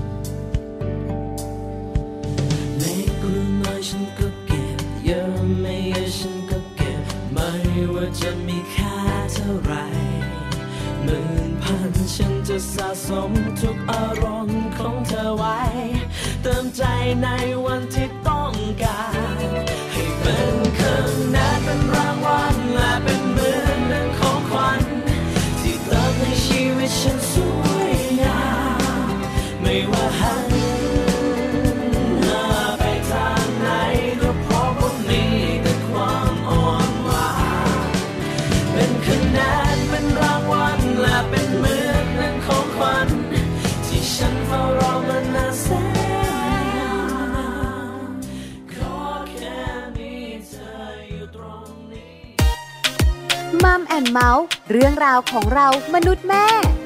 เล็กหรือน้อยฉันก็เก็บเยอะไม่เยอะฉันก็เก็บไม่ว่าจะมีค่าเท่าไรหมื่นพันฉันจะสะสมทุกอารมณ์ของเธอไว้เติมใจในวันที่ต้องการให้เป็นคืนนั้นเป็นรางวัลและเป็นเหมือนหนังของขวัญที่เติมในชีวิตฉันสวยงามไม่ว่าหันหน้าไปทางไหนก็พบว่ามีแต่ความอ่อนหวานเป็นคืนนั้นเป็นรางวัลและเป็นเหมือนหนังของขวัญที่ฉันเฝ้ารอมานานแสนนานขอแค่มีเธออยู่ตรงนี้มัมแอนด์เมาส์เรื่องราวของเรามนุษย์แม่